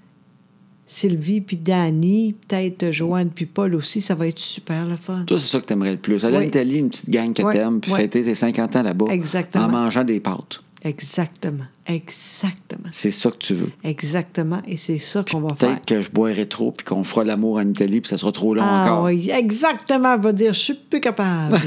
Sylvie puis Dani, peut-être euh, Joanne puis Paul aussi, ça va être super le fun. Toi, c'est ça que t'aimerais le plus. Aller en Oui. Italie, une petite gang que Oui. t'aimes, puis Oui. fêter tes cinquante ans là-bas. Exactement. En mangeant des pâtes. Exactement. Exactement. C'est ça que tu veux. Exactement. Et c'est ça qu'on va faire. Peut-être que je boirai trop, puis qu'on fera l'amour en Italie, puis ça sera trop long Ah encore. oui, exactement. Elle va dire, je suis plus capable.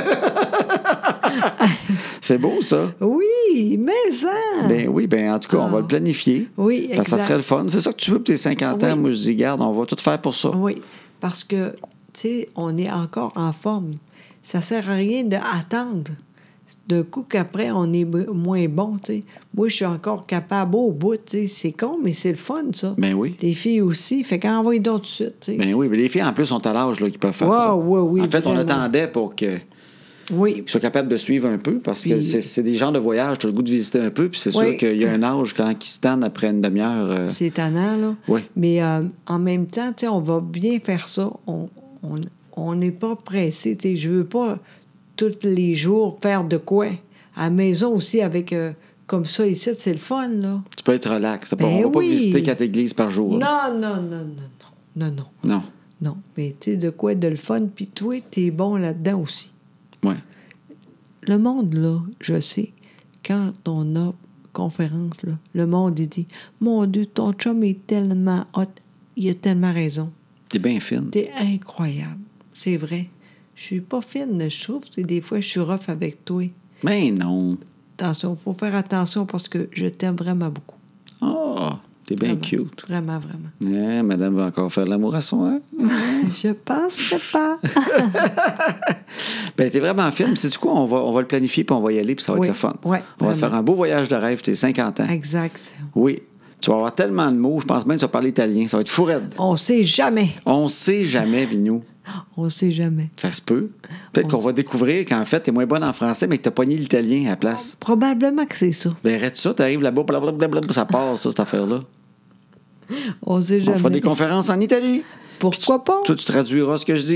C'est beau, ça. Oui, mais ça. Ben oui, ben en tout cas, on va Ah. le planifier. Oui, Parce que ça exact. serait le fun. C'est ça que tu veux pour tes cinquante ans. Oui. Moi, je dis, garde, on va tout faire pour ça. Oui, parce que, tu sais, on est encore en forme. Ça sert à rien d'attendre. De coup qu'après, on est b- moins bon, tu sais. Moi, je suis encore capable au bout, tu sais. C'est con, mais c'est le fun, ça. Ben oui. Les filles aussi. Fait qu'on envoie d'autres tout de suite, tu sais. Ben oui, mais les filles, en plus, sont à l'âge là, qu'ils peuvent faire Wow, ça. oui, oui, en fait, on vraiment. attendait pour que... Oui, qu'ils soient capables de suivre un peu, parce que Puis- c'est, c'est des genres de voyages, tu as le goût de visiter un peu, puis c'est Oui. sûr qu'il y a un âge quand ils se tannent après une demi-heure. euh, c'est tannant, là. Oui. Mais euh, en même temps, tu sais, on va bien faire ça. On on- on n'est pas pressé, tu sais. Je veux pas tous les jours faire de quoi. À la maison aussi, avec... euh, comme ça, ici, c'est le fun, là. Tu peux être relax. C'est pas- Ben on va pas oui. visiter quatre églises par jour. là. Non, non, non, non, non. Non, non. Non. Non. Mais tu sais, de quoi de le fun. Puis toi, t'es bon là-dedans aussi. Ouais. Le monde, là, je sais, quand on a conférence, là, le monde, il dit « Mon Dieu, ton chum est tellement hot. Il a tellement raison. T'es bien fine. T'es incroyable. » C'est vrai. Je suis pas fine, je trouve. C'est des fois, je suis rough avec toi. Mais non. Attention, il faut faire attention parce que je t'aime vraiment beaucoup. Oh, t'es bien Vraiment. cute. Vraiment, vraiment. Ouais, madame va encore faire l'amour à son hein? Je penserais pas. Ben, t'es vraiment fine. C'est du quoi? On va, on va le planifier, puis on va y aller, puis ça va Oui. être le fun. Oui, on va te vraiment. faire un beau voyage de rêve, tes cinquante ans. Exact. Oui. Tu vas avoir tellement de mots, je pense même que tu vas parler italien. Ça va être fou raide. On sait jamais. On sait jamais, Vignou. On sait jamais. Ça se peut. Peut-être On qu'on sait. va découvrir qu'en fait, t'es moins bonne en français, mais que t'as pogné l'italien à la place. Probablement que c'est ça. Ben, arrête ça, t'arrives là-bas, blablabla, ça part, ça, cette affaire-là. On sait On jamais. fera des conférences en Italie. Pourquoi pas? Toi, tu traduiras ce que je dis.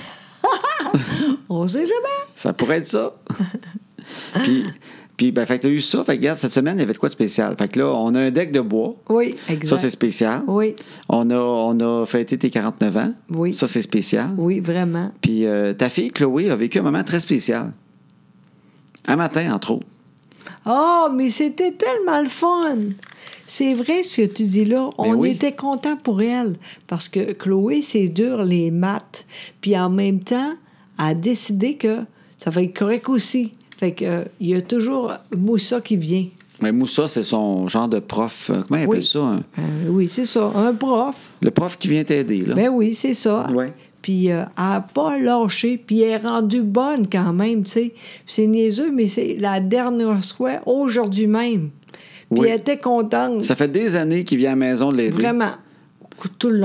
On sait jamais. Ça pourrait être ça. puis, puis, ben, fait que t'as eu ça. Fait que, regarde, cette semaine, il y avait de quoi de spécial? Fait que là, on a un deck de bois. Oui, exact. Ça, c'est spécial. Oui, On a, on a fêté tes quarante-neuf ans. Oui. Ça, c'est spécial. oui, vraiment. Puis euh, ta fille, Chloé, a vécu un moment très spécial. Un matin, entre autres. Oh, mais c'était tellement le fun! C'est vrai ce que tu dis là. On oui. était content pour elle. Parce que Chloé, c'est dur, les maths. Puis en même temps, elle a décidé que ça va être correct aussi. Fait que, euh, il y a toujours Moussa qui vient. Mais Moussa, c'est son genre de prof. euh, Comment il appelle Oui. ça? un- Euh, oui, c'est ça. Un prof. Le prof qui vient t'aider, là. Ben oui, c'est ça. Ouais. Puis euh, elle n'a pas lâché, puis elle est rendue bonne quand même, tu sais. C'est niaiseux, mais c'est la dernière fois, aujourd'hui même. Puis Oui. elle était contente. Ça fait des années qu'il vient à la maison l'aider. Vraiment. Tout le long.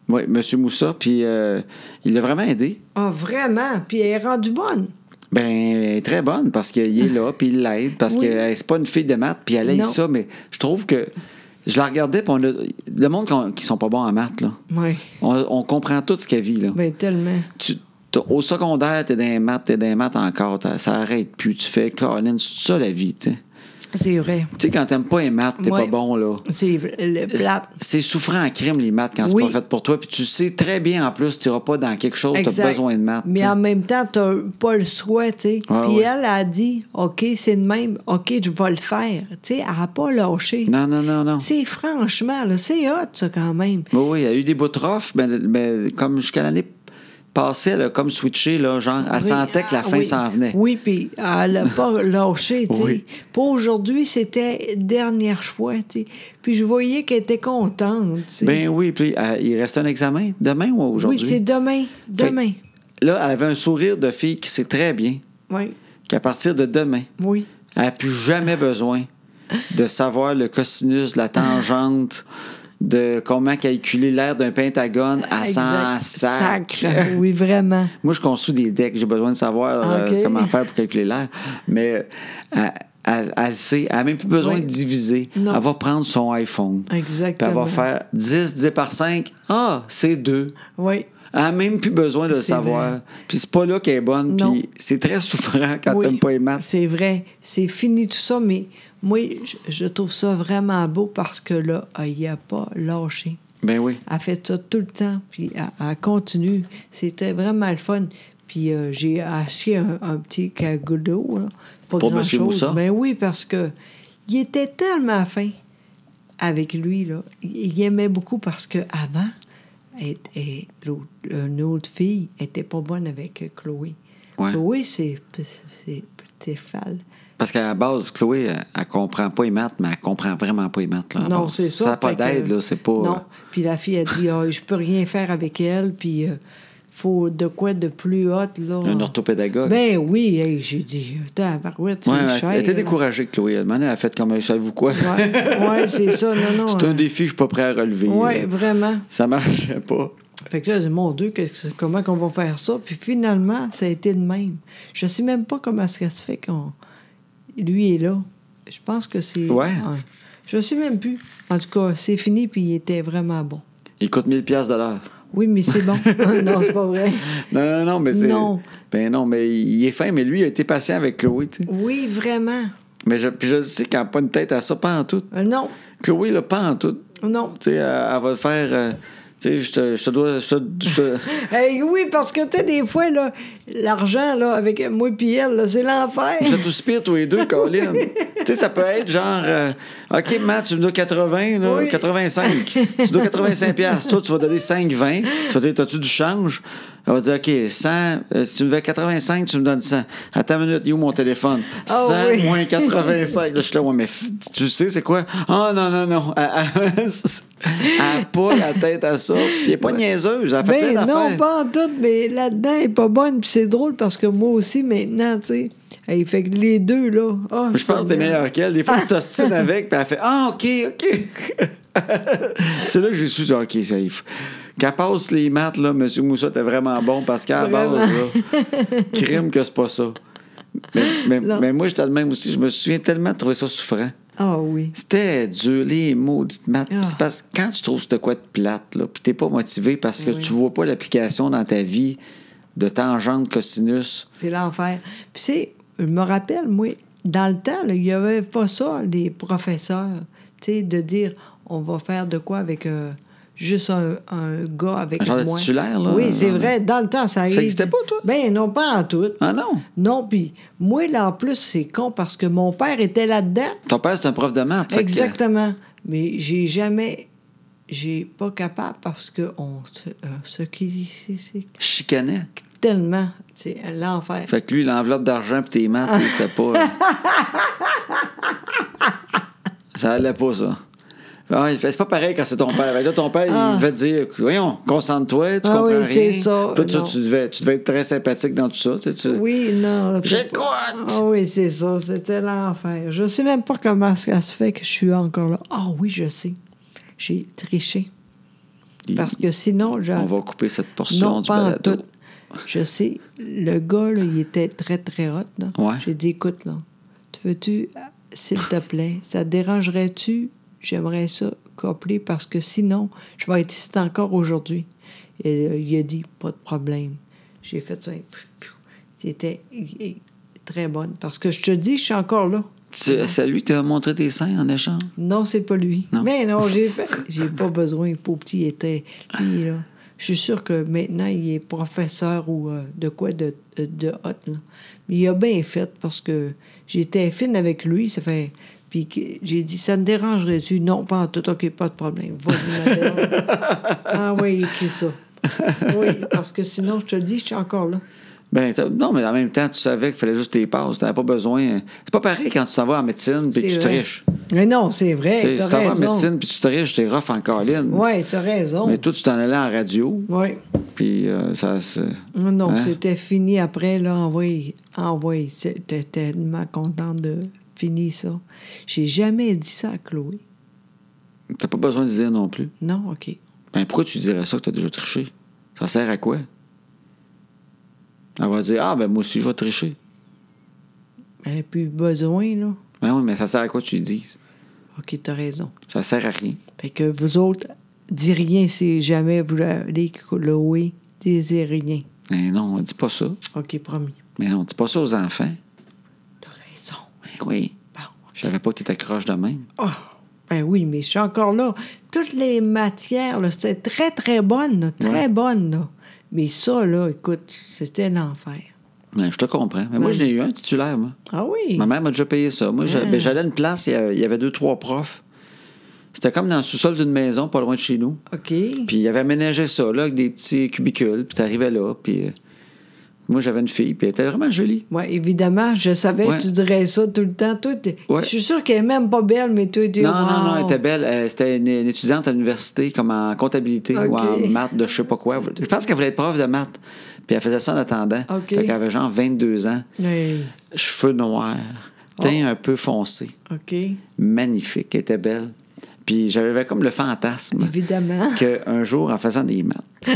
Oui, M. Moussa, puis euh, il l'a vraiment aidé. Ah, vraiment? Puis elle est rendue bonne. Ben, elle est très bonne parce qu'il est là, puis il l'aide, parce Oui. que c'est pas une fille de maths, puis elle aide Non. ça, mais je trouve que je la regardais, puis on a, le monde qu'on- qui sont pas bons en maths, là, Oui. on, on comprend tout ce qu'elle vit, là. Bien, tellement. Tu, t'as- au secondaire, t'es dans les maths, t'es dans les maths encore, t'as- ça arrête plus, tu fais, Colin, c'est ça la vie, tu sais. C'est vrai. Tu sais, quand t'aimes pas les maths, t'es Ouais. pas bon, là. C'est le plate. C'est souffrant en crime, les maths, quand c'est Oui. pas fait pour toi. Puis tu sais très bien, en plus, tu n'iras pas dans quelque chose, tu as Exact. besoin de maths. Mais t'sais. en même temps, tu n'as pas le souhait, tu sais. Ouais, Puis ouais. elle a dit, OK, c'est de même, OK, je vais le faire. Tu sais, elle n'a pas lâché. Non, non, non, non. C'est franchement, là, c'est hot, ça, quand même. Oui, oui, il y a eu des bouts rough, mais, mais comme jusqu'à l'année passée, elle a comme switché, là, genre, elle Oui. sentait que la Ah, fin oui. s'en venait. Oui, puis elle n'a pas lâché, tu sais. Oui. Pour aujourd'hui, c'était dernière fois, tu sais. Puis je voyais qu'elle était contente, tu sais. Ben oui, puis euh, il reste un examen demain ou aujourd'hui? Oui, c'est demain, demain. Là, elle avait un sourire de fille qui sait très bien Oui, qu'à partir de demain, oui. elle n'a plus jamais besoin de savoir le cosinus, la tangente, de comment calculer l'aire d'un pentagone à cent Exact. sac. Oui, vraiment. Moi, je construis des decks. J'ai besoin de savoir euh, OK. comment faire pour calculer l'air. Mais elle, elle, elle sait, elle n'a même plus besoin Oui. de diviser. Non. Elle va prendre son iPhone. Puis Exactement. elle va faire dix divisé par cinq. Ah, c'est deux. Oui. Elle n'a même plus besoin de le C'est savoir. vrai. Puis c'est pas là qu'elle est bonne. Non. Puis c'est très souffrant quand Oui, t'aimes pas les maths. c'est vrai. C'est fini tout ça, mais moi, je, je trouve ça vraiment beau parce que là, il n'a pas lâché. Ben oui. Elle fait ça tout le temps, puis elle, elle continue. C'était vraiment le fun. Puis euh, j'ai acheté un, un petit cagoulot, là. Pas Pour grand-chose. M. Moussa? Ben oui, parce que il était tellement fin avec lui, là. Il, il aimait beaucoup parce que avant, elle- elle- l'autre- une autre fille était pas bonne avec Chloé. Ouais. Chloé, c'est c'est petit fal. Parce qu'à la base, Chloé, elle, elle comprend pas les maths, mais elle comprend vraiment pas les maths. Là, à Non, base. c'est ça. Ça n'a pas fait que- d'aide, là. C'est pas. Non. Puis la fille a dit, ah, je peux rien faire avec elle, puis il faut de quoi de plus hot, là. Un orthopédagogue. Ben oui, hey, j'ai dit, tabarouette, c'est Ouais, elle- cher. elle était là. découragée, Chloé. Elle elle a fait comme, savez-vous quoi? Ouais, ouais, c'est ça, non, non. C'est un hein. défi que je suis pas prêt à relever. Ouais, là. vraiment. Ça marchait pas. Fait que là, j'ai dit, mon Dieu, qu'est-ce- comment qu'on va faire ça? Puis finalement, ça a été de même. Je sais même pas comment ça se fait qu'on... Lui est là. Je pense que c'est... Ouais. Je sais même plus. En tout cas, c'est fini, puis il était vraiment bon. Il coûte mille piastres de l'heure. Oui, mais c'est bon. Non, c'est pas vrai. Non, non, non, mais c'est. Non. Ben non, mais il est fin, mais lui, il a été patient avec Chloé, tu sais. Oui, vraiment. Mais je, puis je sais qu'elle n'a pas une tête à ça, pas en tout. Euh, non, Chloé, là, pas en tout. non. Tu sais, elle, elle va faire. euh, tu sais, je te, je te dois. Je te, je te- Hey, oui, parce que, tu sais, des fois, là, l'argent, là, avec moi et elle, là, c'est l'enfer. Vous êtes aussi pire, tous les deux, Colin. Tu sais, ça peut être genre, euh, OK, Matt, tu me dois quatre-vingts, là, Oui. quatre-vingt-cinq. Tu dois quatre-vingt-cinq piastres. Toi, tu vas donner cinq vingt. Tu vas dire, t'as-tu du change? Elle va dire, OK, cent, euh, si tu me veux quatre-vingt-cinq, tu me donnes cent. Attends une minute, il est où mon téléphone? Ah cent oui. moins quatre-vingt-cinq. Là, je suis là, ouais, mais f- tu sais, c'est quoi? Ah, non, non, non. Elle n'a pas la tête à ça. Puis elle n'est pas niaiseuse. Elle fait Ben plein non, d'affaires. pas en tout, mais là-dedans, elle est pas bonne. Puis c'est drôle parce que moi aussi, maintenant, tu sais, il fait que les deux, là. ah, Je pense que t'es Seigneur. meilleur qu'elle. Des fois, tu t'ostines avec, puis elle fait Ah, OK, OK. C'est là que j'ai su, OK, safe. Qu'elle passe les maths, là, M. Moussa, t'es vraiment bon parce qu'à la base, Vraiment. là, crime que c'est pas ça. Mais, mais, Non. mais moi, j'étais le même aussi. Je me souviens tellement de trouver ça souffrant. Ah oui. C'était dur, les maudites maths. Ah. Puis c'est parce que quand tu trouves de quoi de plate, là, puis t'es pas motivé parce que Oui. tu vois pas l'application dans ta vie de tangente, cosinus. C'est l'enfer. Puis c'est, je me rappelle, moi, dans le temps, là, il n'y avait pas ça, les professeurs, tu sais, de dire, on va faire de quoi avec euh, juste un, un gars avec Un genre de moi. titulaire, là? Oui, c'est Genre de- vrai. Dans le temps, ça Ça existait pas, toi? Ben non, pas en tout. Ah non? Non, puis moi, là, en plus, c'est con parce que mon père était là-dedans. Ton père, c'est un prof de maths. fait que- Exactement. Mais j'ai jamais... J'ai pas capable parce que on se, euh, ce qui... C'est, c'est chicanait. tellement... C'est l'enfer. Fait que lui, l'enveloppe d'argent pis tes maths, lui, c'était pas. euh, ça allait pas, ça. Ah, il fait, c'est pas pareil quand c'est ton père. Fait que là, ton père, Ah. il devait te dire Voyons, concentre-toi, tu Ah comprends oui, rien. c'est ça. Puis là, tu, Non. tu devais, tu devais être très sympathique dans tout ça. Tu sais, tu- Oui, non. J'écoute! Ah oui, c'est ça. C'était l'enfer. Je sais même pas comment ça se fait que je suis encore là. Ah oui, je sais. J'ai triché. Parce que sinon... Je... On va couper cette portion non, du pas balado. en tout. Je sais, le gars, là, il était très, très hot. Là. Ouais. J'ai dit, écoute, là, tu veux-tu, s'il te plaît, ça te dérangerait-tu? J'aimerais ça coupler parce que sinon, je vais être ici encore aujourd'hui. Et euh, il a dit, pas de problème. J'ai fait ça. C'était très bonne. Parce que je te dis, je suis encore là. C'est, c'est lui qui t'a montré tes seins en échange? Non, c'est pas lui. Non. Mais non, j'ai fait. J'ai pas besoin. Pour petit, il était. Lui, là. Je suis sûre que maintenant, il est professeur ou euh, de quoi de, de, de hot, là. Mais il a bien fait parce que j'étais fine avec lui. Ça fait. Puis j'ai dit, ça me dérangerait-tu? Non, pas en tout. OK, pas de problème. Vas-y, ma belle. Ah oui, écris ça. Oui, parce que sinon, je te le dis, je suis encore là. Ben, non, mais en même temps, tu savais qu'il fallait juste tes passes. Tu n'avais pas besoin. C'est pas pareil quand tu t'en vas en médecine puis que tu triches. Mais non, c'est vrai. Tu t'as si t'en vas en raison. médecine puis tu triches, t'es rough en colline. Oui, t'as raison. Mais toi, tu t'en allais en radio. Oui. Puis euh, ça. C'est... Non, hein? C'était fini après, là. Envoyé. Envoyé. J'étais tellement contente de finir ça. J'ai jamais dit ça à Chloé. T'as pas besoin de dire non plus. Non, OK. Ben, pourquoi tu dirais ça que t'as déjà triché? Ça sert à quoi? Elle va dire, ah, ben moi aussi, je vais tricher. Elle n'a plus besoin, là. Ben oui, mais ça sert à quoi tu lui dis? OK, t'as raison. Ça sert à rien. Fait que vous autres, dis rien si jamais vous allez Chloé, dis rien. Ben non, dis pas ça. OK, promis. Mais non, dis pas ça aux enfants. T'as raison. Ben oui. Bon. Je savais pas que t'étais croche de même. Oh, ben oui, mais je suis encore là. Toutes les matières, là, c'était très, très bonne, là, très Ouais. bonne, là. Mais ça, là, écoute, c'était l'enfer. Ben, je te comprends. Mais moi, Ouais. j'en ai eu un titulaire, moi. Ah oui? Ma mère m'a déjà payé ça. Moi, j'a- Ah. ben, j'allais à une place, il y avait- il y avait deux, trois profs. C'était comme dans le sous-sol d'une maison, pas loin de chez nous. OK. Puis il avait aménagé ça, là, avec des petits cubicules. Puis t'arrivais là, puis euh, moi, j'avais une fille, puis elle était vraiment jolie. Oui, évidemment, je savais Ouais. que tu dirais ça tout le temps. Toi, t'es- Ouais. Je suis sûre qu'elle n'est même pas belle, mais toi, tu Non, non, non, elle était belle. Euh, c'était une, une étudiante à l'université, comme en comptabilité ou OK. en maths de je sais pas quoi. Je pense qu'elle voulait être prof de maths. Puis elle faisait ça en attendant. OK. Fait qu'elle avait genre vingt-deux ans, Oui. cheveux noirs, teint un peu foncé. OK. Magnifique, elle était belle. Puis j'avais comme le fantasme Évidemment. qu'un jour, en faisant des maths,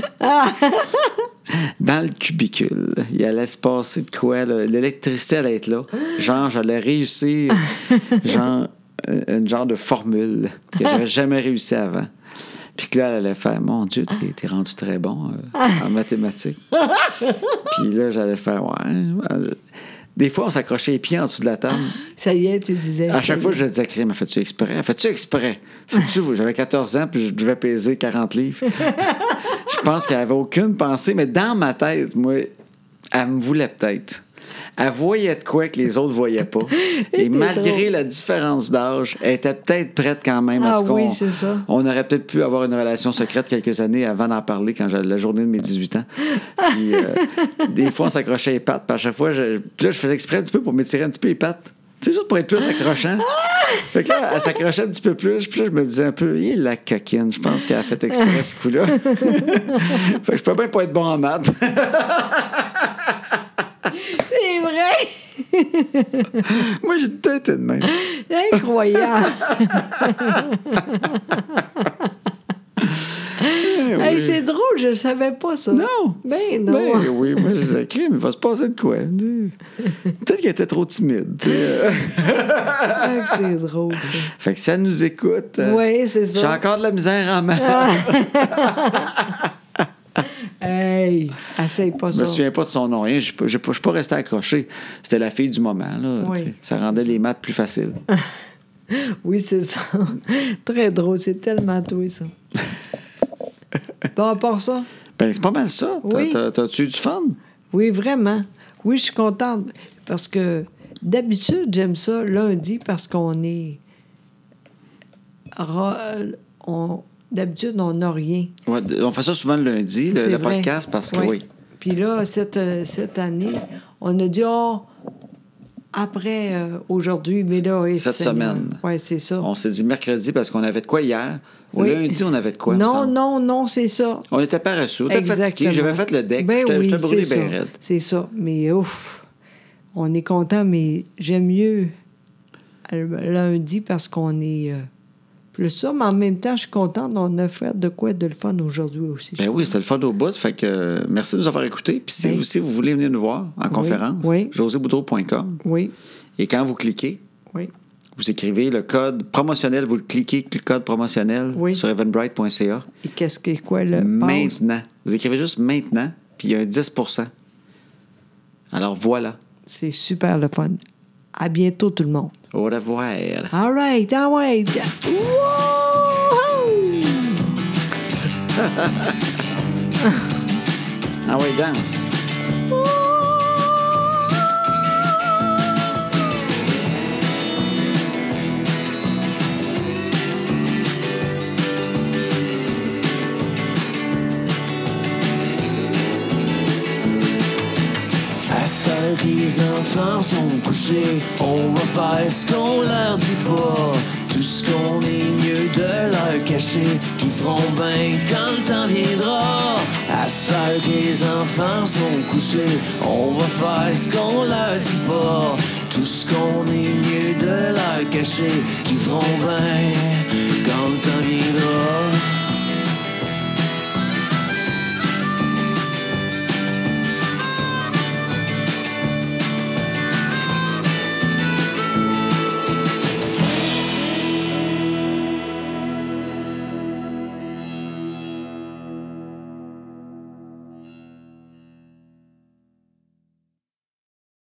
dans le cubicule, il allait se passer de quoi, là? L'électricité allait être là. Genre, j'allais réussir, genre, euh, une genre de formule que j'avais jamais réussi avant. Puis que là, elle allait faire, mon Dieu, t'es, t'es rendu très bon euh, en mathématiques. Puis là, j'allais faire, ouais. Des fois, on s'accrochait les pieds en dessous de la table. Ça y est, tu disais. À chaque fois, je disais, Crime, a fait-tu exprès? A fait-tu exprès? C'est-tu, j'avais quatorze ans, puis je devais peser quarante livres. Je pense qu'elle n'avait aucune pensée, mais dans ma tête, moi, elle me voulait peut-être. Elle voyait de quoi que les autres ne voyaient pas. Et malgré drôle. La différence d'âge, elle était peut-être prête quand même à ah, ce qu'on... oui, c'est ça. On aurait peut-être pu avoir une relation secrète quelques années avant d'en parler quand j'avais la journée de mes dix-huit ans. Puis, euh, des fois, on s'accrochait les pattes. Puis à chaque fois, je... Puis là, je faisais exprès un petit peu pour m'étirer un petit peu les pattes. Tu sais, juste pour être plus accrochant. Fait que là, elle s'accrochait un petit peu plus. Puis là, je me disais un peu, il la coquine. Je pense qu'elle a fait exprès ce coup-là. Fait que je peux bien pas être bon en maths. C'est vrai! Moi, j'ai tout été de même. Incroyable! Eh oui. Hey, c'est drôle, je ne savais pas ça. Non! Ben non! Ben oui, moi, j'ai écrit, mais il va se passer de quoi? Peut-être qu'elle était trop timide. Tu sais. Ah, c'est drôle, ça. Fait que si elle nous écoute, euh, oui, c'est ça. j'ai encore de la misère en main. Hey, essaye pas ça. Je me souviens pas de son nom, rien. Je ne suis pas resté accroché. C'était la fille du moment. Là, oui, ça rendait les maths plus faciles. Oui, c'est ça. Très drôle. C'est tellement toi, ça. Bon, à part ça? Ben, c'est pas mal ça. Oui. T'as, t'as, t'as-tu eu du fun? Oui, vraiment. Oui, je suis contente. Parce que d'habitude, j'aime ça lundi parce qu'on est... On... D'habitude, on n'a rien. Ouais, on fait ça souvent le lundi, le, le podcast, parce que oui. oui. Puis là, cette, cette année, on a dit, oh, après euh, aujourd'hui, mais là... Oui, cette semaine. Oui, c'est ça. On s'est dit mercredi parce qu'on avait de quoi hier. Oui. Lundi, on avait de quoi? Non, non, non, c'est ça. On était paresseux, on était fatigués. J'avais fait le deck, ben j'étais, oui, j'étais brûlé bien raide. C'est ça. Mais ouf, on est content, mais j'aime mieux lundi parce qu'on est... Euh, plus ça, mais en même temps, je suis contente. On a fait de quoi de le fun aujourd'hui aussi. Ben oui, c'était le fun au bout. Fait que euh, merci de nous avoir écoutés. Puis si, Ben, vous, si vous voulez venir nous voir en oui, conférence, oui. josé boudreau point com. Oui, Et quand vous cliquez, oui. vous écrivez le code promotionnel, vous le cliquez, le code promotionnel Oui. sur eventbrite point c a. Et qu'est-ce que quoi le passe? Maintenant. Vous écrivez juste maintenant, puis il y a un dix pour cent. Alors voilà. C'est super le fun. À bientôt, tout le monde. Au revoir. All right, all right. Ah ouais, danse. À cette heure que les enfants sont couchés, on va faire ce qu'on leur dit pas. Tout ce qu'on est mieux de leur cacher, qui feront bien quand le temps viendra. À cette heure que les enfants sont couchés, on va faire ce qu'on leur dit pas. Tout ce qu'on est mieux de leur cacher, qui feront bien quand le temps viendra.